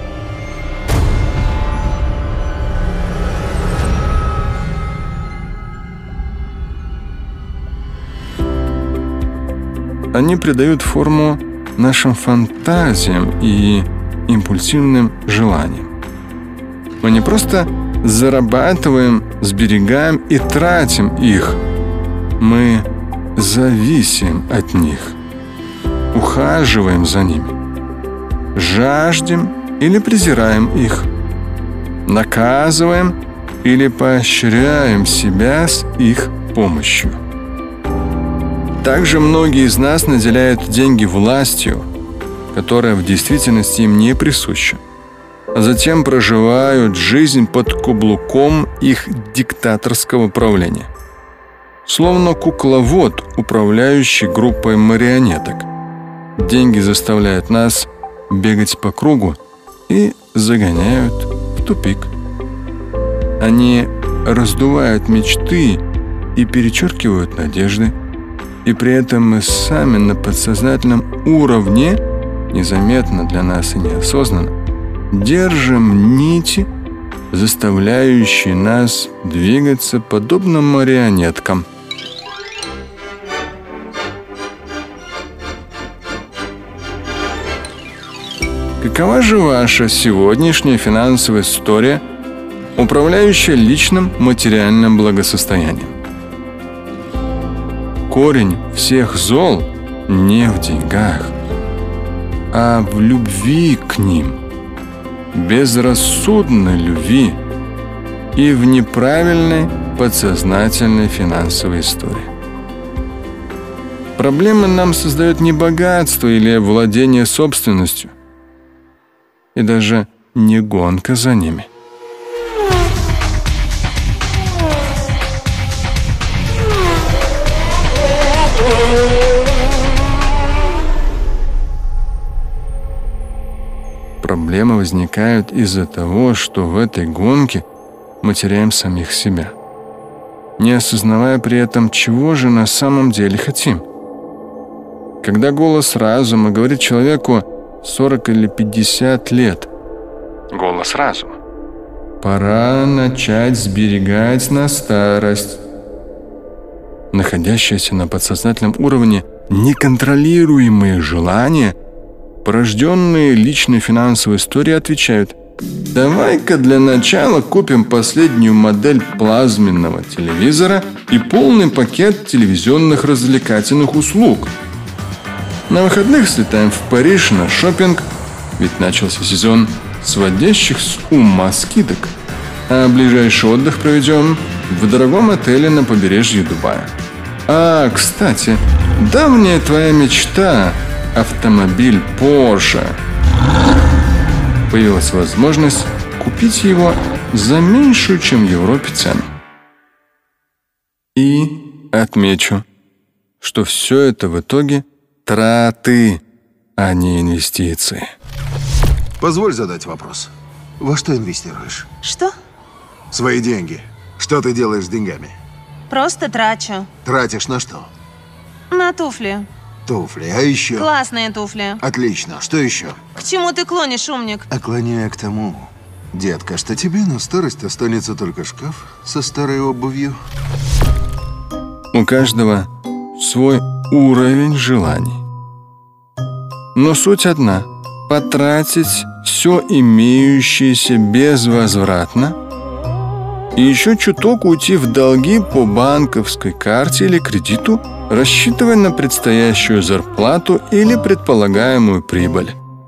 Они придают форму нашим фантазиям и импульсивным желаниям. Мы не просто зарабатываем, сберегаем и тратим их. Мы зависим от них, ухаживаем за ними, жаждем или презираем их, наказываем или поощряем себя с их помощью. Также многие из нас наделяют деньги властью, которая в действительности им не присуща, а затем проживают жизнь под каблуком их диктаторского правления. Словно кукловод, управляющий группой марионеток. Деньги заставляют нас бегать по кругу и загоняют в тупик. Они раздувают мечты и перечеркивают надежды, и при этом мы сами на подсознательном уровне, незаметно для нас и неосознанно, держим нити, заставляющие нас двигаться подобно марионеткам. Какова же ваша сегодняшняя финансовая история, управляющая личным материальным благосостоянием? Корень всех зол не в деньгах, а в любви к ним, безрассудной любви и в неправильной подсознательной финансовой истории. Проблемы нам создают не богатство или владение собственностью, и даже не гонка за ними. Проблемы возникают из-за того, что в этой гонке мы теряем самих себя, не осознавая при этом, чего же на самом деле хотим. Когда голос разума говорит человеку 40 или 50 лет, голос разума: пора начать сберегать на старость. Находящиеся на подсознательном уровне неконтролируемые желания, порожденные личной финансовой историей, отвечают: давай-ка для начала купим последнюю модель плазменного телевизора и полный пакет телевизионных развлекательных услуг. На выходных слетаем в Париж на шопинг, ведь начался сезон сводящих с ума скидок, а ближайший отдых проведем в дорогом отеле на побережье Дубая. А, кстати, давняя твоя мечта — автомобиль Porsche. Появилась возможность купить его за меньшую, чем в Европе, цену. И отмечу, что все это в итоге траты, а не инвестиции. Позволь задать вопрос. Во что инвестируешь? Что? Свои деньги. Что ты делаешь с деньгами? Просто трачу. Тратишь на что? На туфли. Туфли. А еще? Классные туфли. Отлично. Что еще? К чему ты клонишь, умник? А клоню я к тому, детка, что тебе на старость останется только шкаф со старой обувью. У каждого свой уровень желаний. Но суть одна – потратить все имеющееся безвозвратно и еще чуток уйти в долги по банковской карте или кредиту, рассчитывая на предстоящую зарплату или предполагаемую прибыль.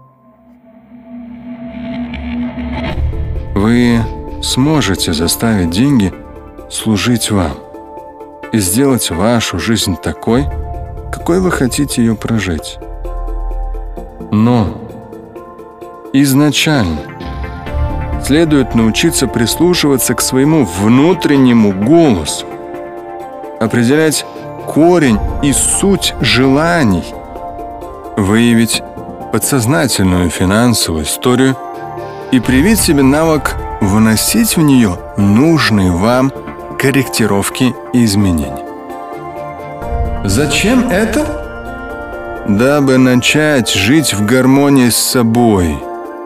Вы сможете заставить деньги служить вам и сделать вашу жизнь такой, какой вы хотите ее прожить. Но изначально следует научиться прислушиваться к своему внутреннему голосу, определять корень и суть желаний, выявить подсознательную финансовую историю и привить себе навык вносить в нее нужные вам корректировки и изменения. Зачем это? Дабы начать жить в гармонии с собой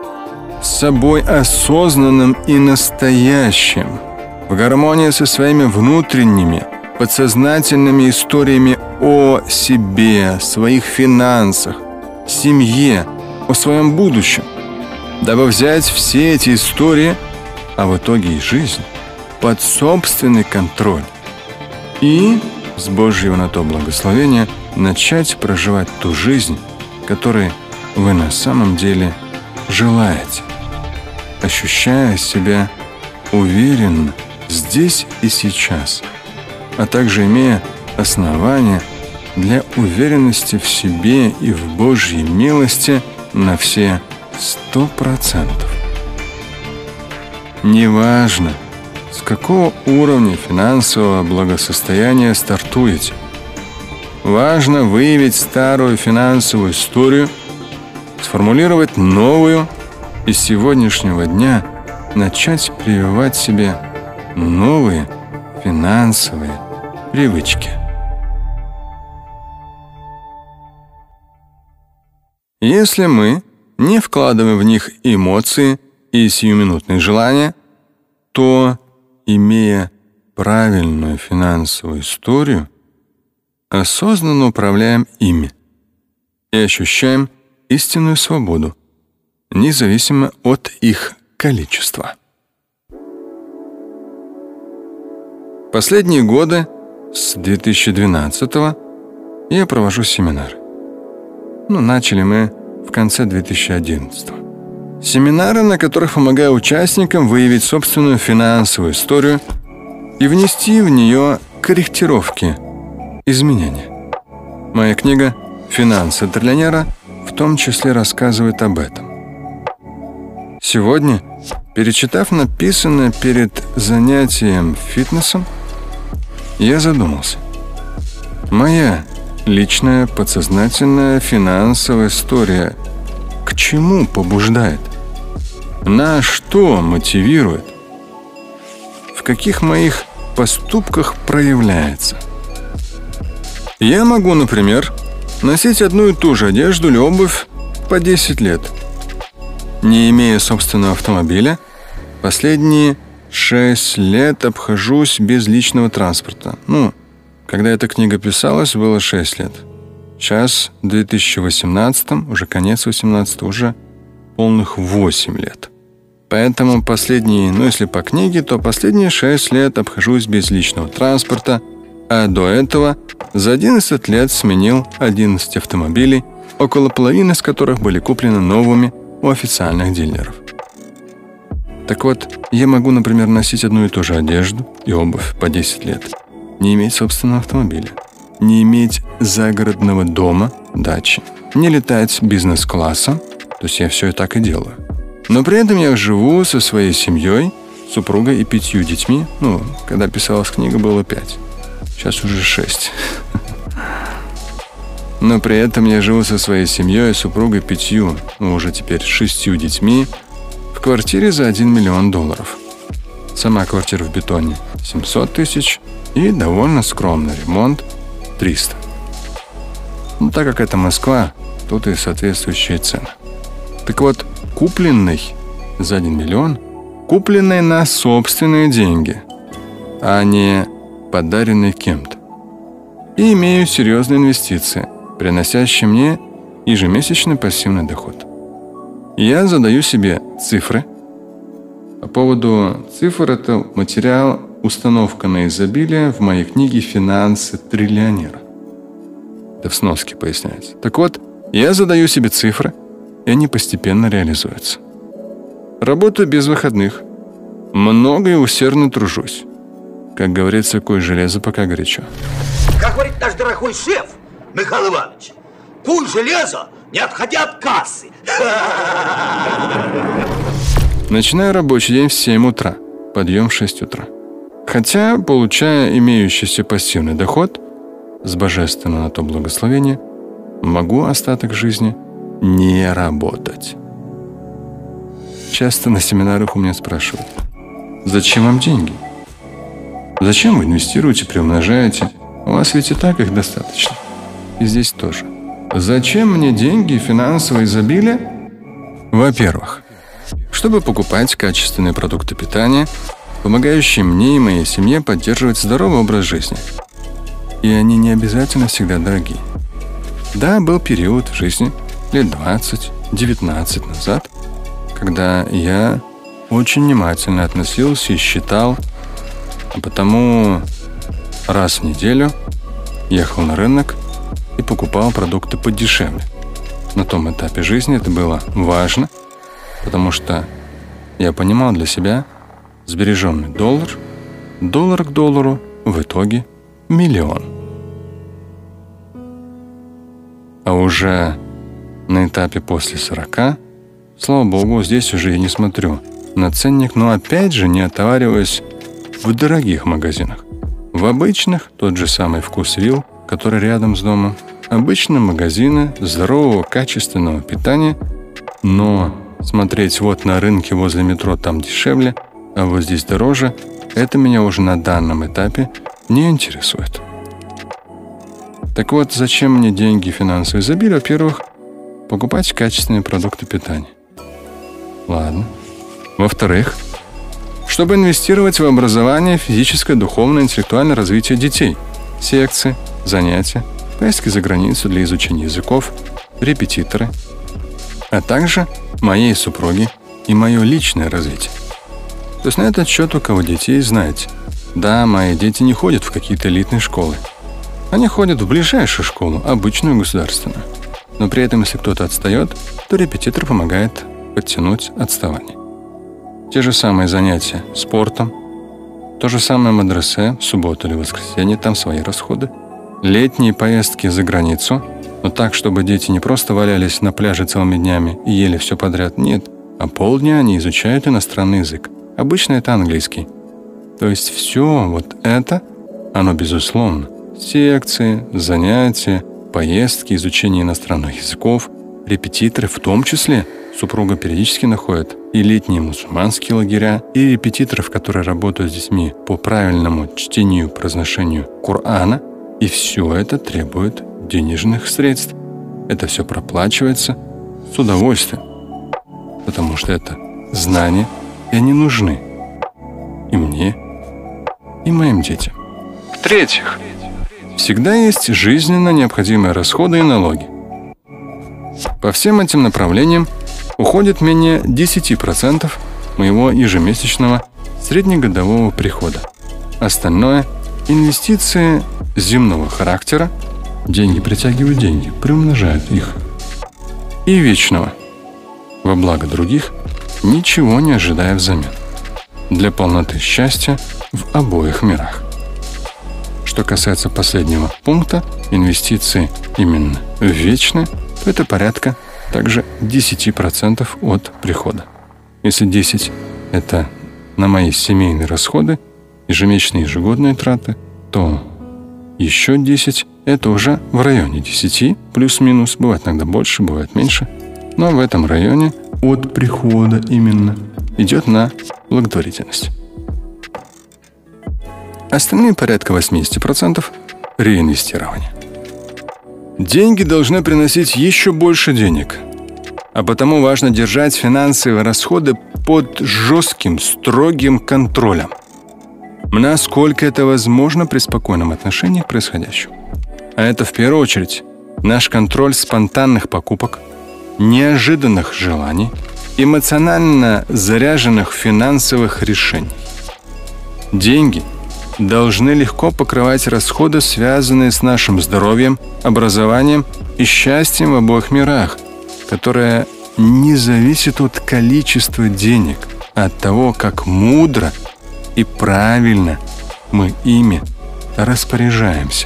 осознанным и настоящим, в гармонии со своими внутренними, подсознательными историями о себе, своих финансах, семье, о своем будущем, дабы взять все эти истории, а в итоге и жизнь, под собственный контроль и, с Божьего на то благословения, начать проживать ту жизнь, которой вы на самом деле желаете, ощущая себя уверенно, здесь и сейчас, а также имея основания для уверенности в себе и в Божьей милости на все 100%. Неважно, с какого уровня финансового благосостояния стартуете. Важно выявить старую финансовую историю, сформулировать новую и с сегодняшнего дня начать прививать себе новые финансовые привычки. Если мы не вкладываем в них эмоции и сиюминутные желания, то, имея правильную финансовую историю, осознанно управляем ими и ощущаем истинную свободу, независимо от их количества. Последние годы, с 2012-го, я провожу семинары. Начали мы в конце 2011-го. Семинары, на которых помогаю участникам выявить собственную финансовую историю и внести в нее корректировки, изменения. Моя книга «Финансы триллионера» в том числе рассказывает об этом. Сегодня, перечитав написанное перед занятием фитнесом, я задумался. Моя личная подсознательная финансовая история к чему побуждает? На что мотивирует? В каких моих поступках проявляется? Я могу, например, носить одну и ту же одежду или обувь по 10 лет. Не имея собственного автомобиля, последние 6 лет обхожусь без личного транспорта. Когда эта книга писалась, было 6 лет. Сейчас, в 2018, уже конец 18, уже полных 8 лет. Поэтому последние, если по книге, то последние 6 лет обхожусь без личного транспорта, а до этого за 11 лет сменил 11 автомобилей, около половины из которых были куплены новыми у официальных дилеров. Так вот, я могу, например, носить одну и ту же одежду и обувь по 10 лет, не иметь собственного автомобиля, не иметь загородного дома, дачи, не летать бизнес-классом, то есть я все и так и делаю. Но при этом я живу со своей семьей, супругой и 5 детьми. Когда писалась книга, было 5. Сейчас уже 6. Но при этом я живу со своей семьей, супругой, 5, уже теперь 6 детьми, в квартире за $1 миллион. Сама квартира в бетоне 700 тысяч и довольно скромный ремонт 300. Так как это Москва, тут и соответствующие цены. Так вот, купленный за $1 миллион, купленный на собственные деньги, а не подаренный кем-то. И имею серьезные инвестиции, приносящие мне ежемесячный пассивный доход. Я задаю себе цифры. По поводу цифр, это материал «Установка на изобилие» в моей книге «Финансы триллионера». Это в сноске поясняется. Так вот, я задаю себе цифры, и они постепенно реализуются. Работаю без выходных. Много и усердно тружусь. Как говорится, куй железо, пока горячо. Как говорит наш дорогой шеф, Михаил Иванович, куй железо, не отходя от кассы. Начинаю рабочий день в 7 утра, подъем в 6 утра. Хотя, получая имеющийся пассивный доход, с божественного на то благословения, могу остаток жизни не работать. Часто на семинарах у меня спрашивают: зачем вам деньги? Зачем вы инвестируете, приумножаете? У вас ведь и так их достаточно. И здесь тоже. Зачем мне деньги и финансовое изобилие? Во-первых, чтобы покупать качественные продукты питания, помогающие мне и моей семье поддерживать здоровый образ жизни. И они не обязательно всегда дорогие. Да, был период в жизни, лет 20-19 назад, когда я очень внимательно относился и считал, а потому раз в неделю ехал на рынок и покупал продукты подешевле. На том этапе жизни это было важно, потому что я понимал для себя, сбереженный $1 доллар к доллару, в итоге миллион. А уже на этапе после 40, слава богу, здесь уже я не смотрю на ценник, но опять же не отовариваюсь в дорогих магазинах. В обычных тот же самый «Вкусвилл», который рядом с домом, обычные магазины здорового, качественного питания, но смотреть вот на рынке возле метро там дешевле, а вот здесь дороже, это меня уже на данном этапе не интересует. Так вот, зачем мне деньги и финансовое изобилие? Во-первых, покупать качественные продукты питания. Ладно. Во-вторых, чтобы инвестировать в образование, физическое, духовное, интеллектуальное развитие детей, секции, занятия, поездки за границу для изучения языков, репетиторы, а также моей супруги и мое личное развитие. То есть на этот счет, у кого детей, знаете, да, мои дети не ходят в какие-то элитные школы. Они ходят в ближайшую школу, обычную государственную. Но при этом, если кто-то отстает, то репетитор помогает подтянуть отставание. Те же самые занятия спортом, то же самое мадресе, в субботу или воскресенье, там свои расходы. Летние поездки за границу, но так, чтобы дети не просто валялись на пляже целыми днями и ели все подряд, нет, а полдня они изучают иностранный язык. Обычно это английский. То есть все вот это, оно безусловно. Секции, занятия, поездки, изучение иностранных языков, репетиторы, в том числе супруга периодически находит и летние мусульманские лагеря, и репетиторов, которые работают с детьми по правильному чтению, произношению Корана, и все это требует денежных средств. Это все проплачивается с удовольствием, потому что это знания, и они нужны и мне, и моим детям. В-третьих, всегда есть жизненно необходимые расходы и налоги. По всем этим направлениям уходит менее 10% моего ежемесячного среднегодового прихода. Остальное – инвестиции земного характера, деньги притягивают деньги, приумножают их, и вечного, во благо других, ничего не ожидая взамен, для полноты счастья в обоих мирах. Что касается последнего пункта, инвестиции именно в вечное, то это порядка также 10% от прихода. Если 10 – это на мои семейные расходы, ежемесячные ежегодные траты, то еще 10 – это уже в районе 10, плюс-минус, бывает иногда больше, бывает меньше, но в этом районе от прихода именно идет на благотворительность. Остальные порядка 80% – реинвестирование. Деньги должны приносить еще больше денег, а потому важно держать финансовые расходы под жестким, строгим контролем, насколько это возможно при спокойном отношении к происходящему. А это в первую очередь наш контроль спонтанных покупок, неожиданных желаний, эмоционально заряженных финансовых решений. Деньги должны легко покрывать расходы, связанные с нашим здоровьем, образованием и счастьем в обоих мирах, которое не зависит от количества денег, а от того, как мудро и правильно мы ими распоряжаемся.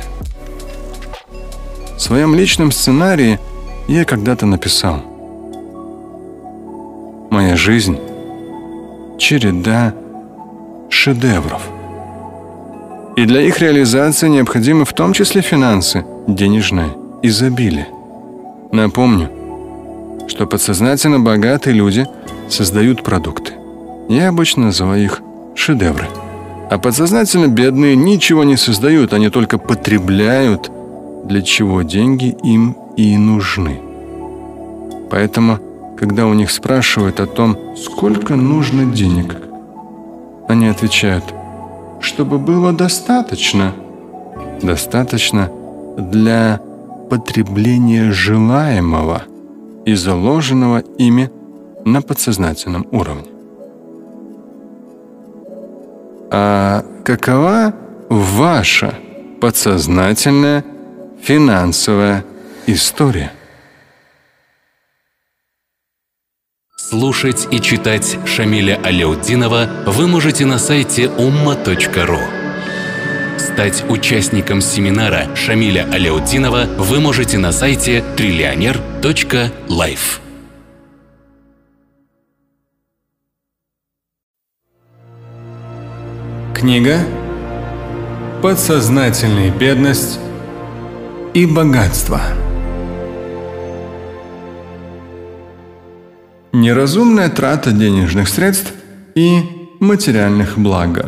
В своем личном сценарии я когда-то написал: «Моя жизнь – череда шедевров. И для их реализации необходимы в том числе финансы, денежное изобилие. Напомню, что подсознательно богатые люди создают продукты. Я обычно называю их шедевры. А подсознательно бедные ничего не создают, они только потребляют, для чего деньги им и нужны. Поэтому, когда у них спрашивают о том, сколько нужно денег, они отвечают: чтобы было достаточно. Достаточно для потребления желаемого и заложенного ими на подсознательном уровне. А какова ваша подсознательная финансовая история? Слушать и читать Шамиля Аляутдинова вы можете на сайте umma.ru. Стать участником семинара Шамиля Аляутдинова вы можете на сайте trillioner.life. Книга «Подсознательная бедность и богатство». Неразумная трата денежных средств и материальных благ.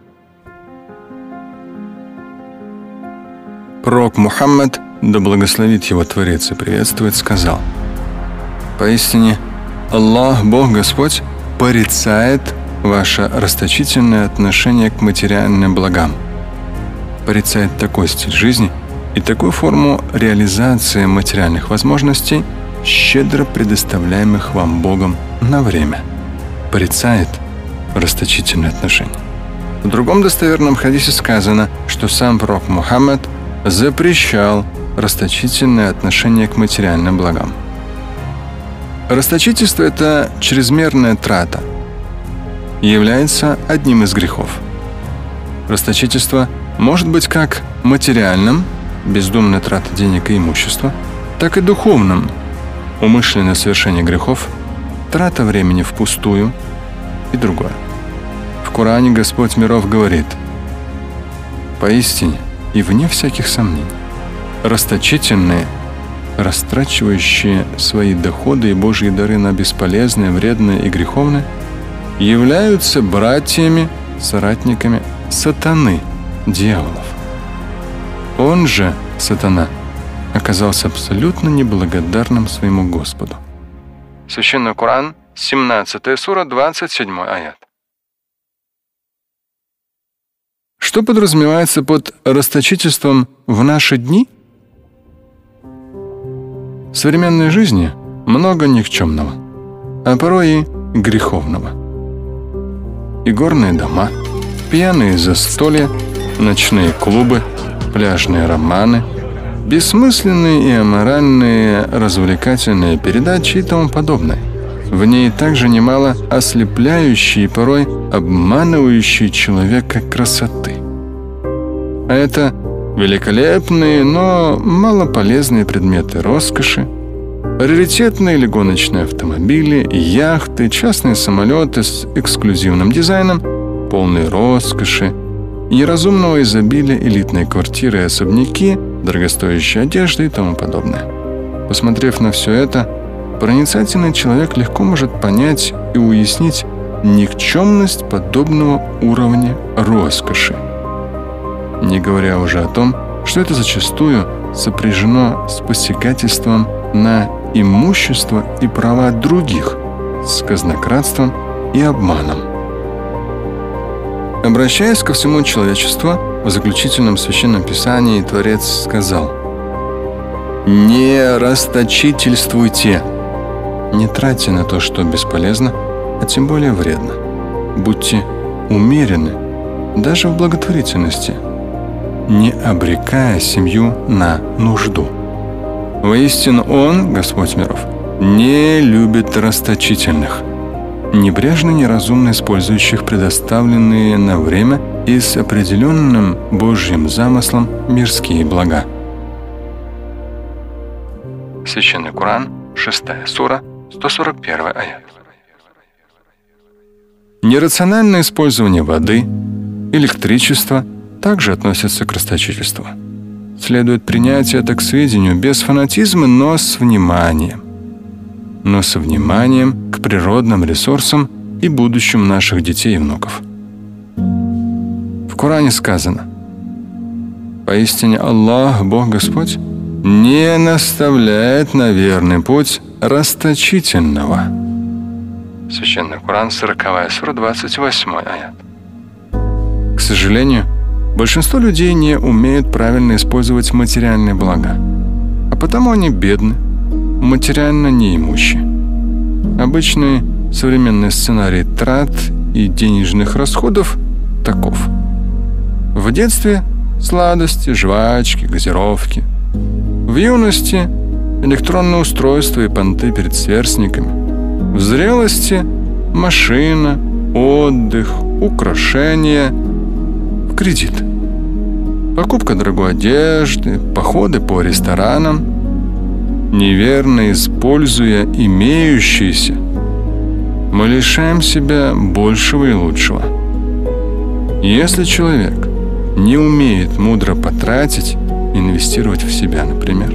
Пророк Мухаммад, да благословит его Творец и приветствует, сказал: «Поистине, Аллах, Бог Господь, порицает ваше расточительное отношение к материальным благам, порицает такой стиль жизни и такую форму реализации материальных возможностей, щедро предоставляемых вам Богом на время. Порицает расточительное отношение». В другом достоверном хадисе сказано, что сам пророк Мухаммад запрещал расточительное отношение к материальным благам. Расточительство – это чрезмерная трата, является одним из грехов. Расточительство может быть как материальным, бездумная трата денег и имущества, так и духовным, умышленное совершение грехов, трата времени впустую и другое. В Коране Господь миров говорит: «Поистине и вне всяких сомнений, расточительные, растрачивающие свои доходы и Божьи дары на бесполезное, вредное и греховное, являются братьями, соратниками сатаны, дьяволов. Он же, сатана, оказался абсолютно неблагодарным своему Господу». Священный Коран, 17 сура, 27 аят. Что подразумевается под расточительством в наши дни? В современной жизни много никчемного, а порой и греховного. Игорные дома, пьяные застолья, ночные клубы, пляжные романы, бессмысленные и аморальные развлекательные передачи и тому подобное. В ней также немало ослепляющей и порой обманывающей человека красоты. А это великолепные, но малополезные предметы роскоши, раритетные или гоночные автомобили, яхты, частные самолеты с эксклюзивным дизайном, полные роскоши, неразумного изобилия, элитные квартиры и особняки, дорогостоящая одежда и тому подобное. Посмотрев на все это, проницательный человек легко может понять и уяснить никчемность подобного уровня роскоши. Не говоря уже о том, что это зачастую сопряжено с посягательством на имущество и права других, с казнократством и обманом. Обращаясь ко всему человечеству, в заключительном священном писании Творец сказал: «Не расточительствуйте, не тратьте на то, что бесполезно, а тем более вредно. Будьте умеренны, даже в благотворительности, не обрекая семью на нужду. Воистину Он, Господь миров, не любит расточительных, небрежно, неразумно использующих предоставленные на время и с определенным Божьим замыслом мирские блага». Священный Коран, 6 сура, 141 аят. Нерациональное использование воды, электричества также относятся к расточительству. Следует принять это к сведению без фанатизма, но с вниманием. Но со вниманием к природным ресурсам и будущему наших детей и внуков. В Коране сказано: «Поистине Аллах, Бог Господь, не наставляет на верный путь расточительного». Священный Коран, 40 сура, 28 аят. К сожалению, большинство людей не умеют правильно использовать материальные блага, а потому они бедны, материально неимущие. Обычный современный сценарий трат и денежных расходов таков: в детстве сладости, жвачки, газировки, в юности электронные устройства и понты перед сверстниками, В зрелости – машина, отдых, украшения, в кредит. Покупка дорогой одежды, походы по ресторанам. Неверно используя имеющиеся, мы лишаем себя большего и лучшего. Если человек не умеет мудро потратить, инвестировать в себя, например,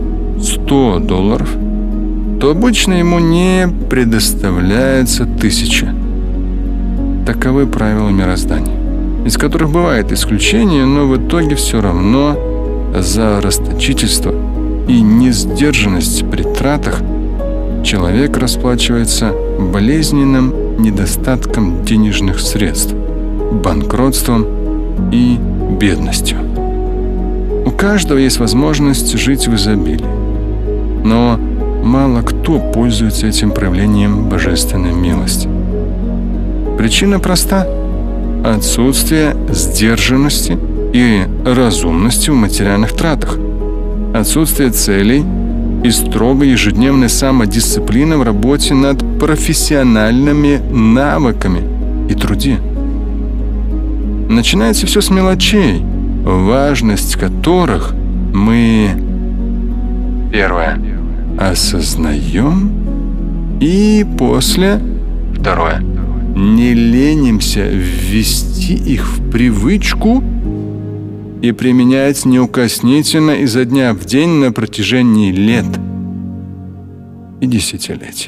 $100, то обычно ему не предоставляется 1000. Таковы правила мироздания, из которых бывает исключение, но в итоге все равно за расточительство и несдержанность при тратах человек расплачивается болезненным недостатком денежных средств, банкротством и бедностью. У каждого есть возможность жить в изобилии, но мало кто пользуется этим проявлением божественной милости. Причина проста – отсутствие сдержанности и разумности в материальных тратах, отсутствие целей и строго ежедневная самодисциплина в работе над профессиональными навыками и труде. Начинается все с мелочей, важность которых мы, первое, осознаем, и после, второе, не ленимся ввести их в привычку и применять неукоснительно изо дня в день на протяжении лет и десятилетий.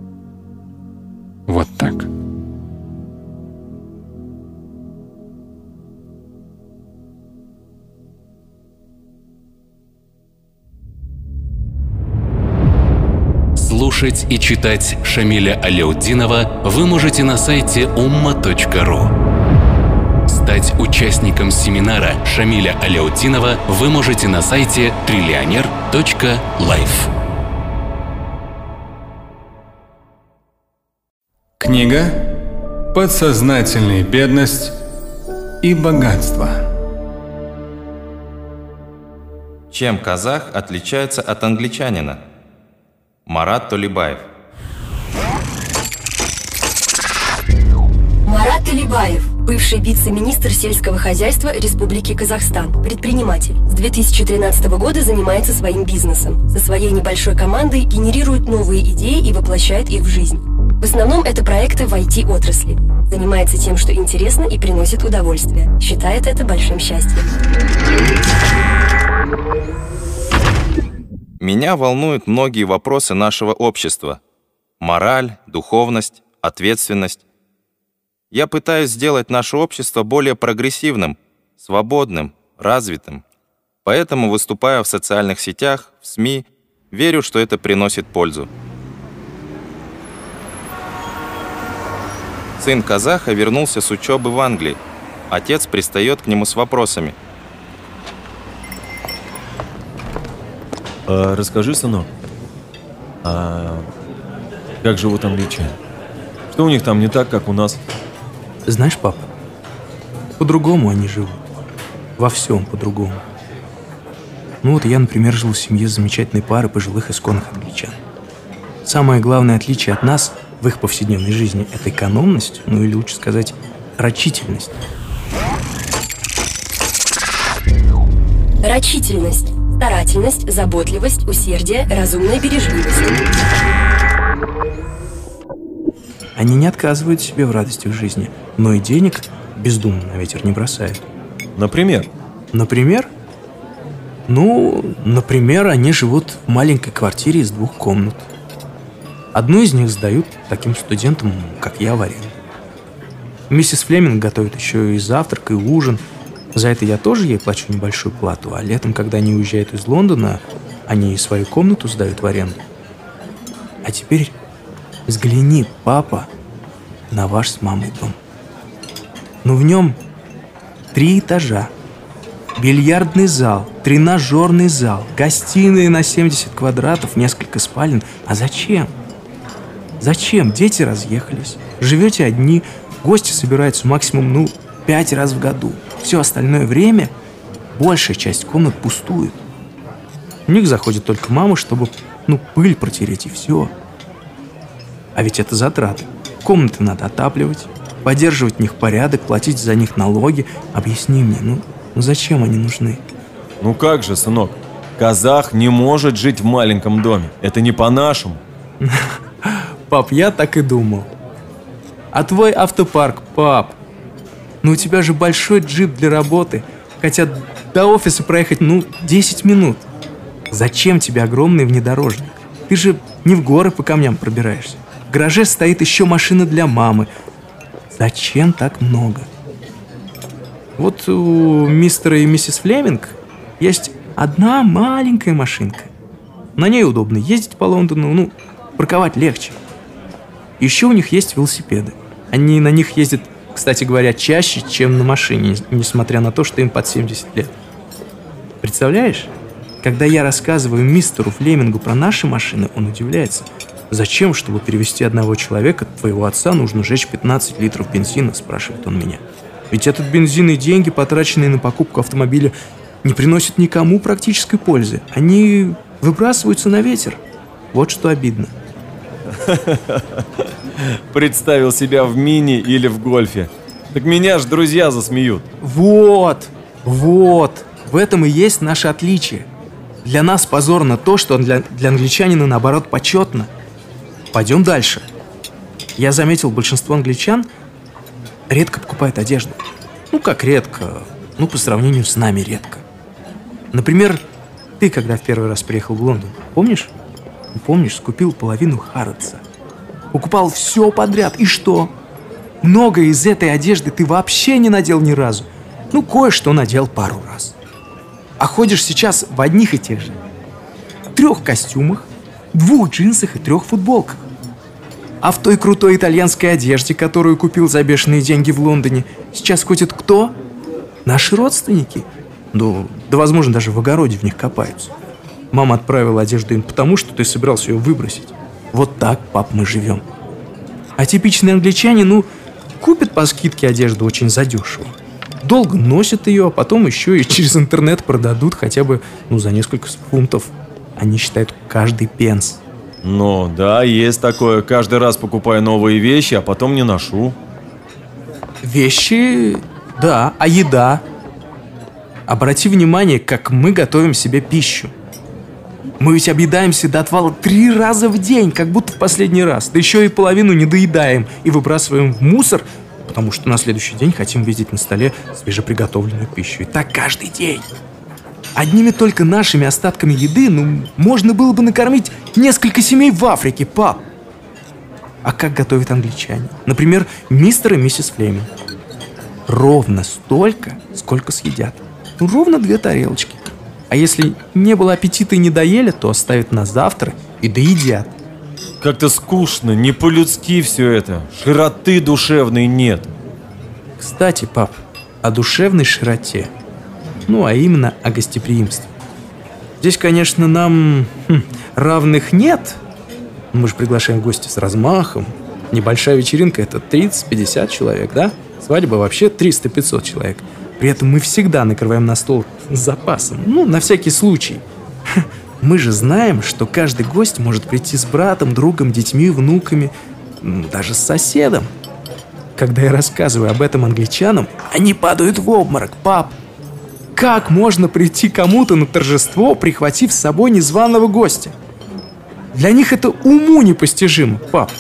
Вот так. Слушать и читать Шамиля Аляутдинова вы можете на сайте umma.ru. Стать участником семинара Шамиля Аляутдинова вы можете на сайте trillioner.life. Книга «Подсознательная бедность и богатство». Чем казах отличается от англичанина? Марат Толибаев. Марат Толибаев, бывший вице-министр сельского хозяйства Республики Казахстан, предприниматель. С 2013 года занимается своим бизнесом. Со своей небольшой командой генерирует новые идеи и воплощает их в жизнь. В основном это проекты в IT-отрасли. Занимается тем, что интересно и приносит удовольствие. Считает это большим счастьем. Меня волнуют многие вопросы нашего общества. Мораль, духовность, ответственность. Я пытаюсь сделать наше общество более прогрессивным, свободным, развитым. Поэтому выступаю в социальных сетях, в СМИ, верю, что это приносит пользу. Сын казаха вернулся с учебы в Англии. Отец пристает к нему с вопросами. Расскажи, сынок, как живут англичане? Что у них там не так, как у нас? Знаешь, пап, по-другому они живут. Во всем по-другому. Ну вот я, например, жил в семье замечательной пары пожилых исконных англичан. Самое главное отличие от нас в их повседневной жизни – это экономность, ну или лучше сказать, рачительность. Рачительность. Старательность, заботливость, усердие, разумная бережливость. Они не отказывают себе в радости в жизни, но и денег бездумно на ветер не бросают. Например? Например? Например, они живут в маленькой квартире из 2 комнат. Одну из них сдают таким студентам, как я, в аренду. Миссис Флеминг готовит еще и завтрак, и ужин. За это я тоже ей плачу небольшую плату, а летом, когда они уезжают из Лондона, они свою комнату сдают в аренду. А теперь взгляни, папа, на ваш с мамой дом. В нем 3 этажа, бильярдный зал, тренажерный зал, гостиная на 70 квадратов, несколько спален. А зачем? Зачем? Дети разъехались, живете одни, гости собираются максимум, 5 раз в году. Все остальное время большая часть комнат пустует. В них заходит только мама, чтобы, пыль протереть, и все. А ведь это затраты. Комнаты надо отапливать, поддерживать в них порядок, платить за них налоги. Объясни мне, ну зачем они нужны? Ну как же, сынок, казах не может жить в маленьком доме. Это не по-нашему. Пап, я так и думал. А твой автопарк, пап? Ну у тебя же большой джип для работы. Хотя до офиса проехать, 10 минут. Зачем тебе огромный внедорожник? Ты же не в горы по камням пробираешься. В гараже стоит еще машина для мамы. Зачем так много? Вот у мистера и миссис Флеминг есть одна маленькая машинка. На ней удобно ездить по Лондону, парковать легче. Еще у них есть велосипеды. Они на них ездят, кстати говоря, чаще, чем на машине, несмотря на то, что им под 70 лет. Представляешь? Когда я рассказываю мистеру Флемингу про наши машины, он удивляется. Зачем, чтобы перевезти одного человека, твоего отца, нужно жечь 15 литров бензина, спрашивает он меня. Ведь этот бензин и деньги, потраченные на покупку автомобиля, не приносят никому практической пользы. Они выбрасываются на ветер. Вот что обидно. Представил себя в мини или в гольфе. Так меня ж друзья засмеют. Вот. В этом и есть наше отличие. Для нас позорно то, что для англичанина, наоборот, почетно. Пойдем дальше. Я заметил, большинство англичан редко покупает одежду. Как редко? По сравнению с нами редко. Например, ты, когда в первый раз приехал в Лондон, помнишь? Помнишь, скупил половину Харродса. Покупал все подряд. И что? Многое из этой одежды ты вообще не надел ни разу. Кое-что надел пару раз. А ходишь сейчас в одних и тех же 3 костюмах, 2 джинсах и 3 футболках. А в той крутой итальянской одежде, которую купил за бешеные деньги в Лондоне, сейчас ходит кто? Наши родственники. Да, возможно, даже в огороде в них копаются. Мама отправила одежду им потому, что ты собирался ее выбросить. Вот так, пап, мы живем. А типичные англичане, купят по скидке одежду очень задешево. Долго носят ее, а потом еще и через интернет продадут хотя бы, за несколько фунтов. Они считают каждый пенс. Да, есть такое. Каждый раз покупаю новые вещи, а потом не ношу. Вещи, да, а еда? Обрати внимание, как мы готовим себе пищу. Мы ведь объедаемся до отвала 3 раза в день, как будто в последний раз. Да еще и половину не доедаем и выбрасываем в мусор, потому что на следующий день хотим видеть на столе свежеприготовленную пищу. И так каждый день. Одними только нашими остатками еды, можно было бы накормить несколько семей в Африке, пап. А как готовят англичане? Например, мистер и миссис Флеминг. Ровно столько, сколько съедят. Ровно 2 тарелочки. А если не было аппетита и не доели, то оставят на завтра и доедят. Как-то скучно, не по-людски все это. Широты душевной нет. Кстати, пап, о душевной широте. А именно о гостеприимстве. Здесь, конечно, нам равных нет. Мы же приглашаем гостя с размахом. Небольшая вечеринка — это 30-50 человек, да? Свадьба вообще 300-500 человек. При этом мы всегда накрываем на стол с запасом. На всякий случай. Мы же знаем, что каждый гость может прийти с братом, другом, детьми, внуками, даже с соседом. Когда я рассказываю об этом англичанам, они падают в обморок, пап. Как можно прийти кому-то на торжество, прихватив с собой незваного гостя? Для них это уму непостижимо, пап.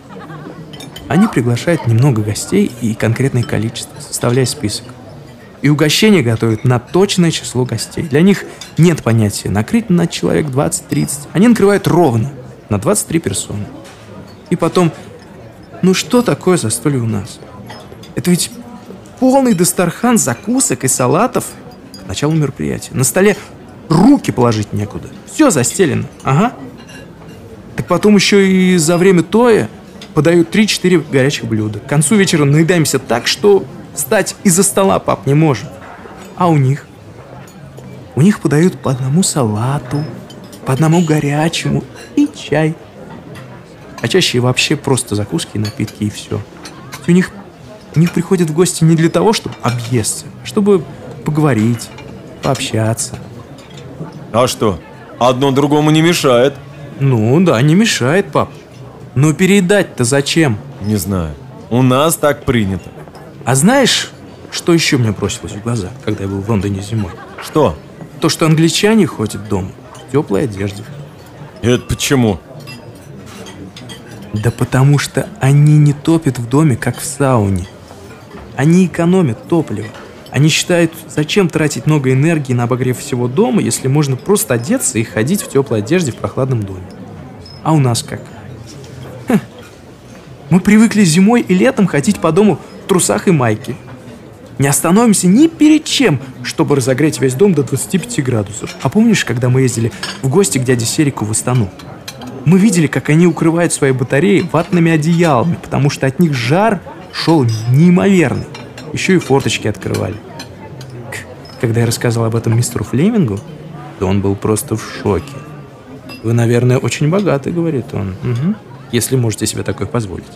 Они приглашают немного гостей и конкретное количество, составляя список. И угощение готовят на точное число гостей. Для них нет понятия накрыть на человек 20-30. Они накрывают ровно на 23 персоны. И потом, что такое застолье у нас? Это ведь полный дастархан закусок и салатов к началу мероприятия. На столе руки положить некуда. Все застелено. Ага. Так потом еще и за время тоя подают 3-4 горячих блюда. К концу вечера наедаемся так, что встать из-за стола, пап, не можем. А у них? У них подают по одному салату, по одному горячему и чай. А чаще вообще просто закуски и напитки, и все. У них приходят в гости не для того, чтобы объесться, а чтобы поговорить, пообщаться. А что, одно другому не мешает? Да, не мешает, пап. Но переедать-то зачем? Не знаю. У нас так принято. А знаешь, что еще мне бросилось в глаза, когда я был в Лондоне зимой? Что? То, что англичане ходят дома в теплой одежде. Это почему? Да потому что они не топят в доме, как в сауне. Они экономят топливо. Они считают, зачем тратить много энергии на обогрев всего дома, если можно просто одеться и ходить в теплой одежде в прохладном доме. А у нас как? Мы привыкли зимой и летом ходить по дому в трусах и майке. Не остановимся ни перед чем, чтобы разогреть весь дом до 25 градусов. А помнишь, когда мы ездили в гости к дяде Серику в Астану? Мы видели, как они укрывают свои батареи ватными одеялами, потому что от них жар шел неимоверный. Еще и форточки открывали. Когда я рассказал об этом мистеру Флемингу, то он был просто в шоке. «Вы, наверное, очень богаты», — говорит он. «Угу. Если можете себе такое позволить».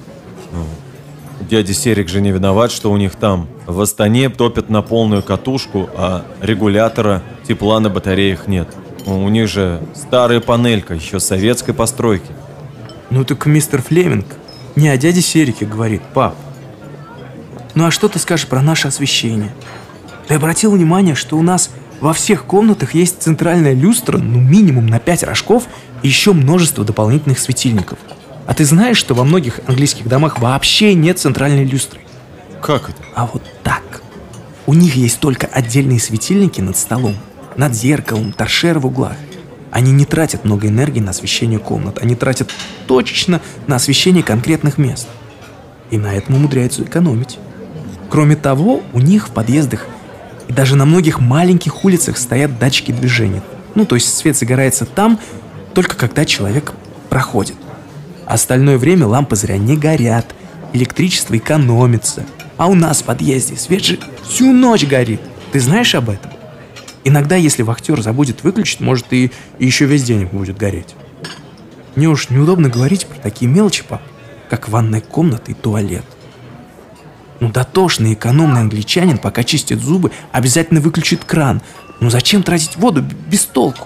Дядя Серик же не виноват, что у них там в Астане топят на полную катушку, а регулятора тепла на батареях нет. У них же старая панелька, еще советской постройки. Ну так мистер Флеминг не о дяде Серике говорит: «Пап, ну а что ты скажешь про наше освещение? Ты обратил внимание, что у нас во всех комнатах есть центральная люстра, ну минимум на 5 рожков и еще множество дополнительных светильников. А ты знаешь, что во многих английских домах вообще нет центральной люстры?» Как это? А вот так. У них есть только отдельные светильники над столом, над зеркалом, торшеры в углах. Они не тратят много энергии на освещение комнат, они тратят точечно на освещение конкретных мест. И на этом умудряются экономить. Кроме того, у них в подъездах и даже на многих маленьких улицах стоят датчики движения. Ну, то есть свет загорается там, только когда человек проходит. А остальное время лампы зря не горят, электричество экономится. А у нас в подъезде свет же всю ночь горит. Ты знаешь об этом? Иногда, если вахтер забудет выключить, может и еще весь день будет гореть. Мне уж неудобно говорить про такие мелочи, пап, как ванная комната и туалет. Ну, дотошный, экономный англичанин, пока чистит зубы, обязательно выключит кран. Ну, зачем тратить воду без толку?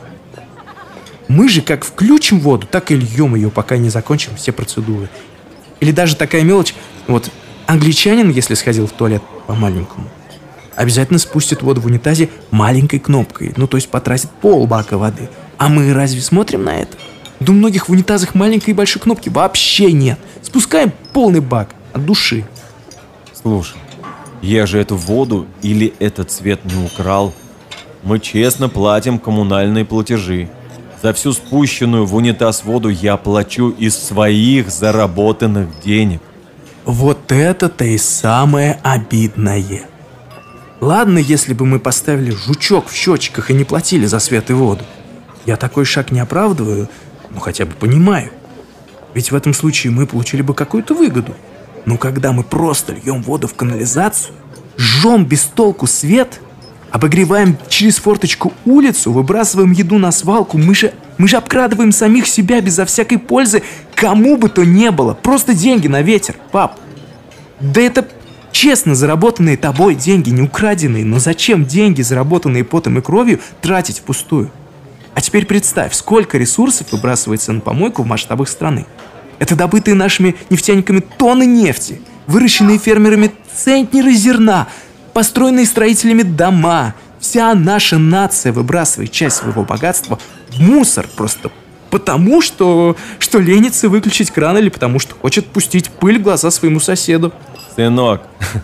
Мы же как включим воду, так и льем ее, пока не закончим все процедуры. Или даже такая мелочь, вот англичанин, если сходил в туалет по-маленькому, обязательно спустит воду в унитазе маленькой кнопкой, ну, то есть потратит полбака воды. А мы разве смотрим на это? Да у многих в унитазах маленькой и большой кнопки вообще нет. Спускаем полный бак от души. Слушай, я же эту воду или этот цвет не украл. Мы честно платим коммунальные платежи. За всю спущенную в унитаз воду я плачу из своих заработанных денег. Вот это-то и самое обидное. Ладно, если бы мы поставили жучок в счетчиках и не платили за свет и воду. Я такой шаг не оправдываю, но хотя бы понимаю. Ведь в этом случае мы получили бы какую-то выгоду. Но когда мы просто льем воду в канализацию, жжем без толку свет, обогреваем через форточку улицу, выбрасываем еду на свалку, мы же обкрадываем самих себя безо всякой пользы, кому бы то ни было. Просто деньги на ветер, пап. Да это честно заработанные тобой деньги, не украденные. Но зачем деньги, заработанные потом и кровью, тратить впустую? А теперь представь, сколько ресурсов выбрасывается на помойку в масштабах страны. Это добытые нашими нефтяниками тонны нефти, выращенные фермерами центнеры зерна, построенные строителями дома. Вся наша нация выбрасывает часть своего богатства в мусор просто потому, что ленится выключить кран или потому, что хочет пустить пыль в глаза своему соседу. Сынок,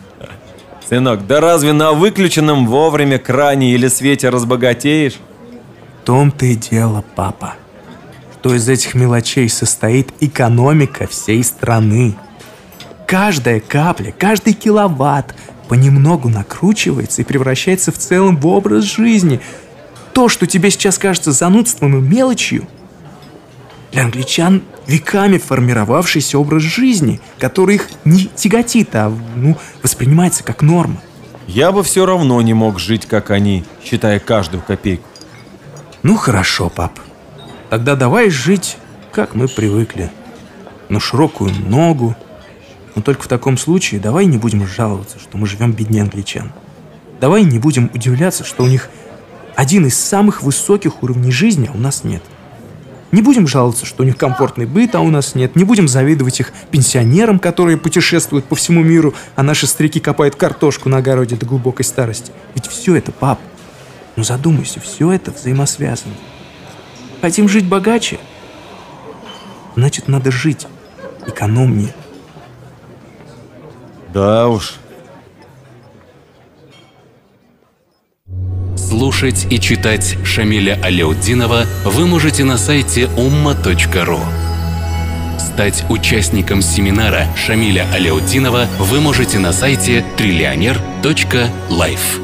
да разве на выключенном вовремя кране или свете разбогатеешь? В том-то и дело, папа, что из этих мелочей состоит экономика всей страны. Каждая капля, каждый киловатт понемногу накручивается и превращается в целом в образ жизни. То, что тебе сейчас кажется занудством и мелочью, для англичан веками формировавшийся образ жизни, который их не тяготит, а воспринимается как норма. Я бы все равно не мог жить, как они, считая каждую копейку. Ну хорошо, пап. Тогда давай жить, как мы привыкли. На широкую ногу. Но только в таком случае давай не будем жаловаться, что мы живем беднее англичан. Давай не будем удивляться, что у них один из самых высоких уровней жизни, а у нас нет. Не будем жаловаться, что у них комфортный быт, а у нас нет. Не будем завидовать их пенсионерам, которые путешествуют по всему миру, а наши старики копают картошку на огороде до глубокой старости. Ведь все это, пап, ну задумайся, все это взаимосвязано. Хотим жить богаче? Значит, надо жить экономнее. Да уж. Слушать и читать Шамиля Аляутдинова вы можете на сайте umma.ru. Стать участником семинара Шамиля Аляутдинова вы можете на сайте trillioner.life.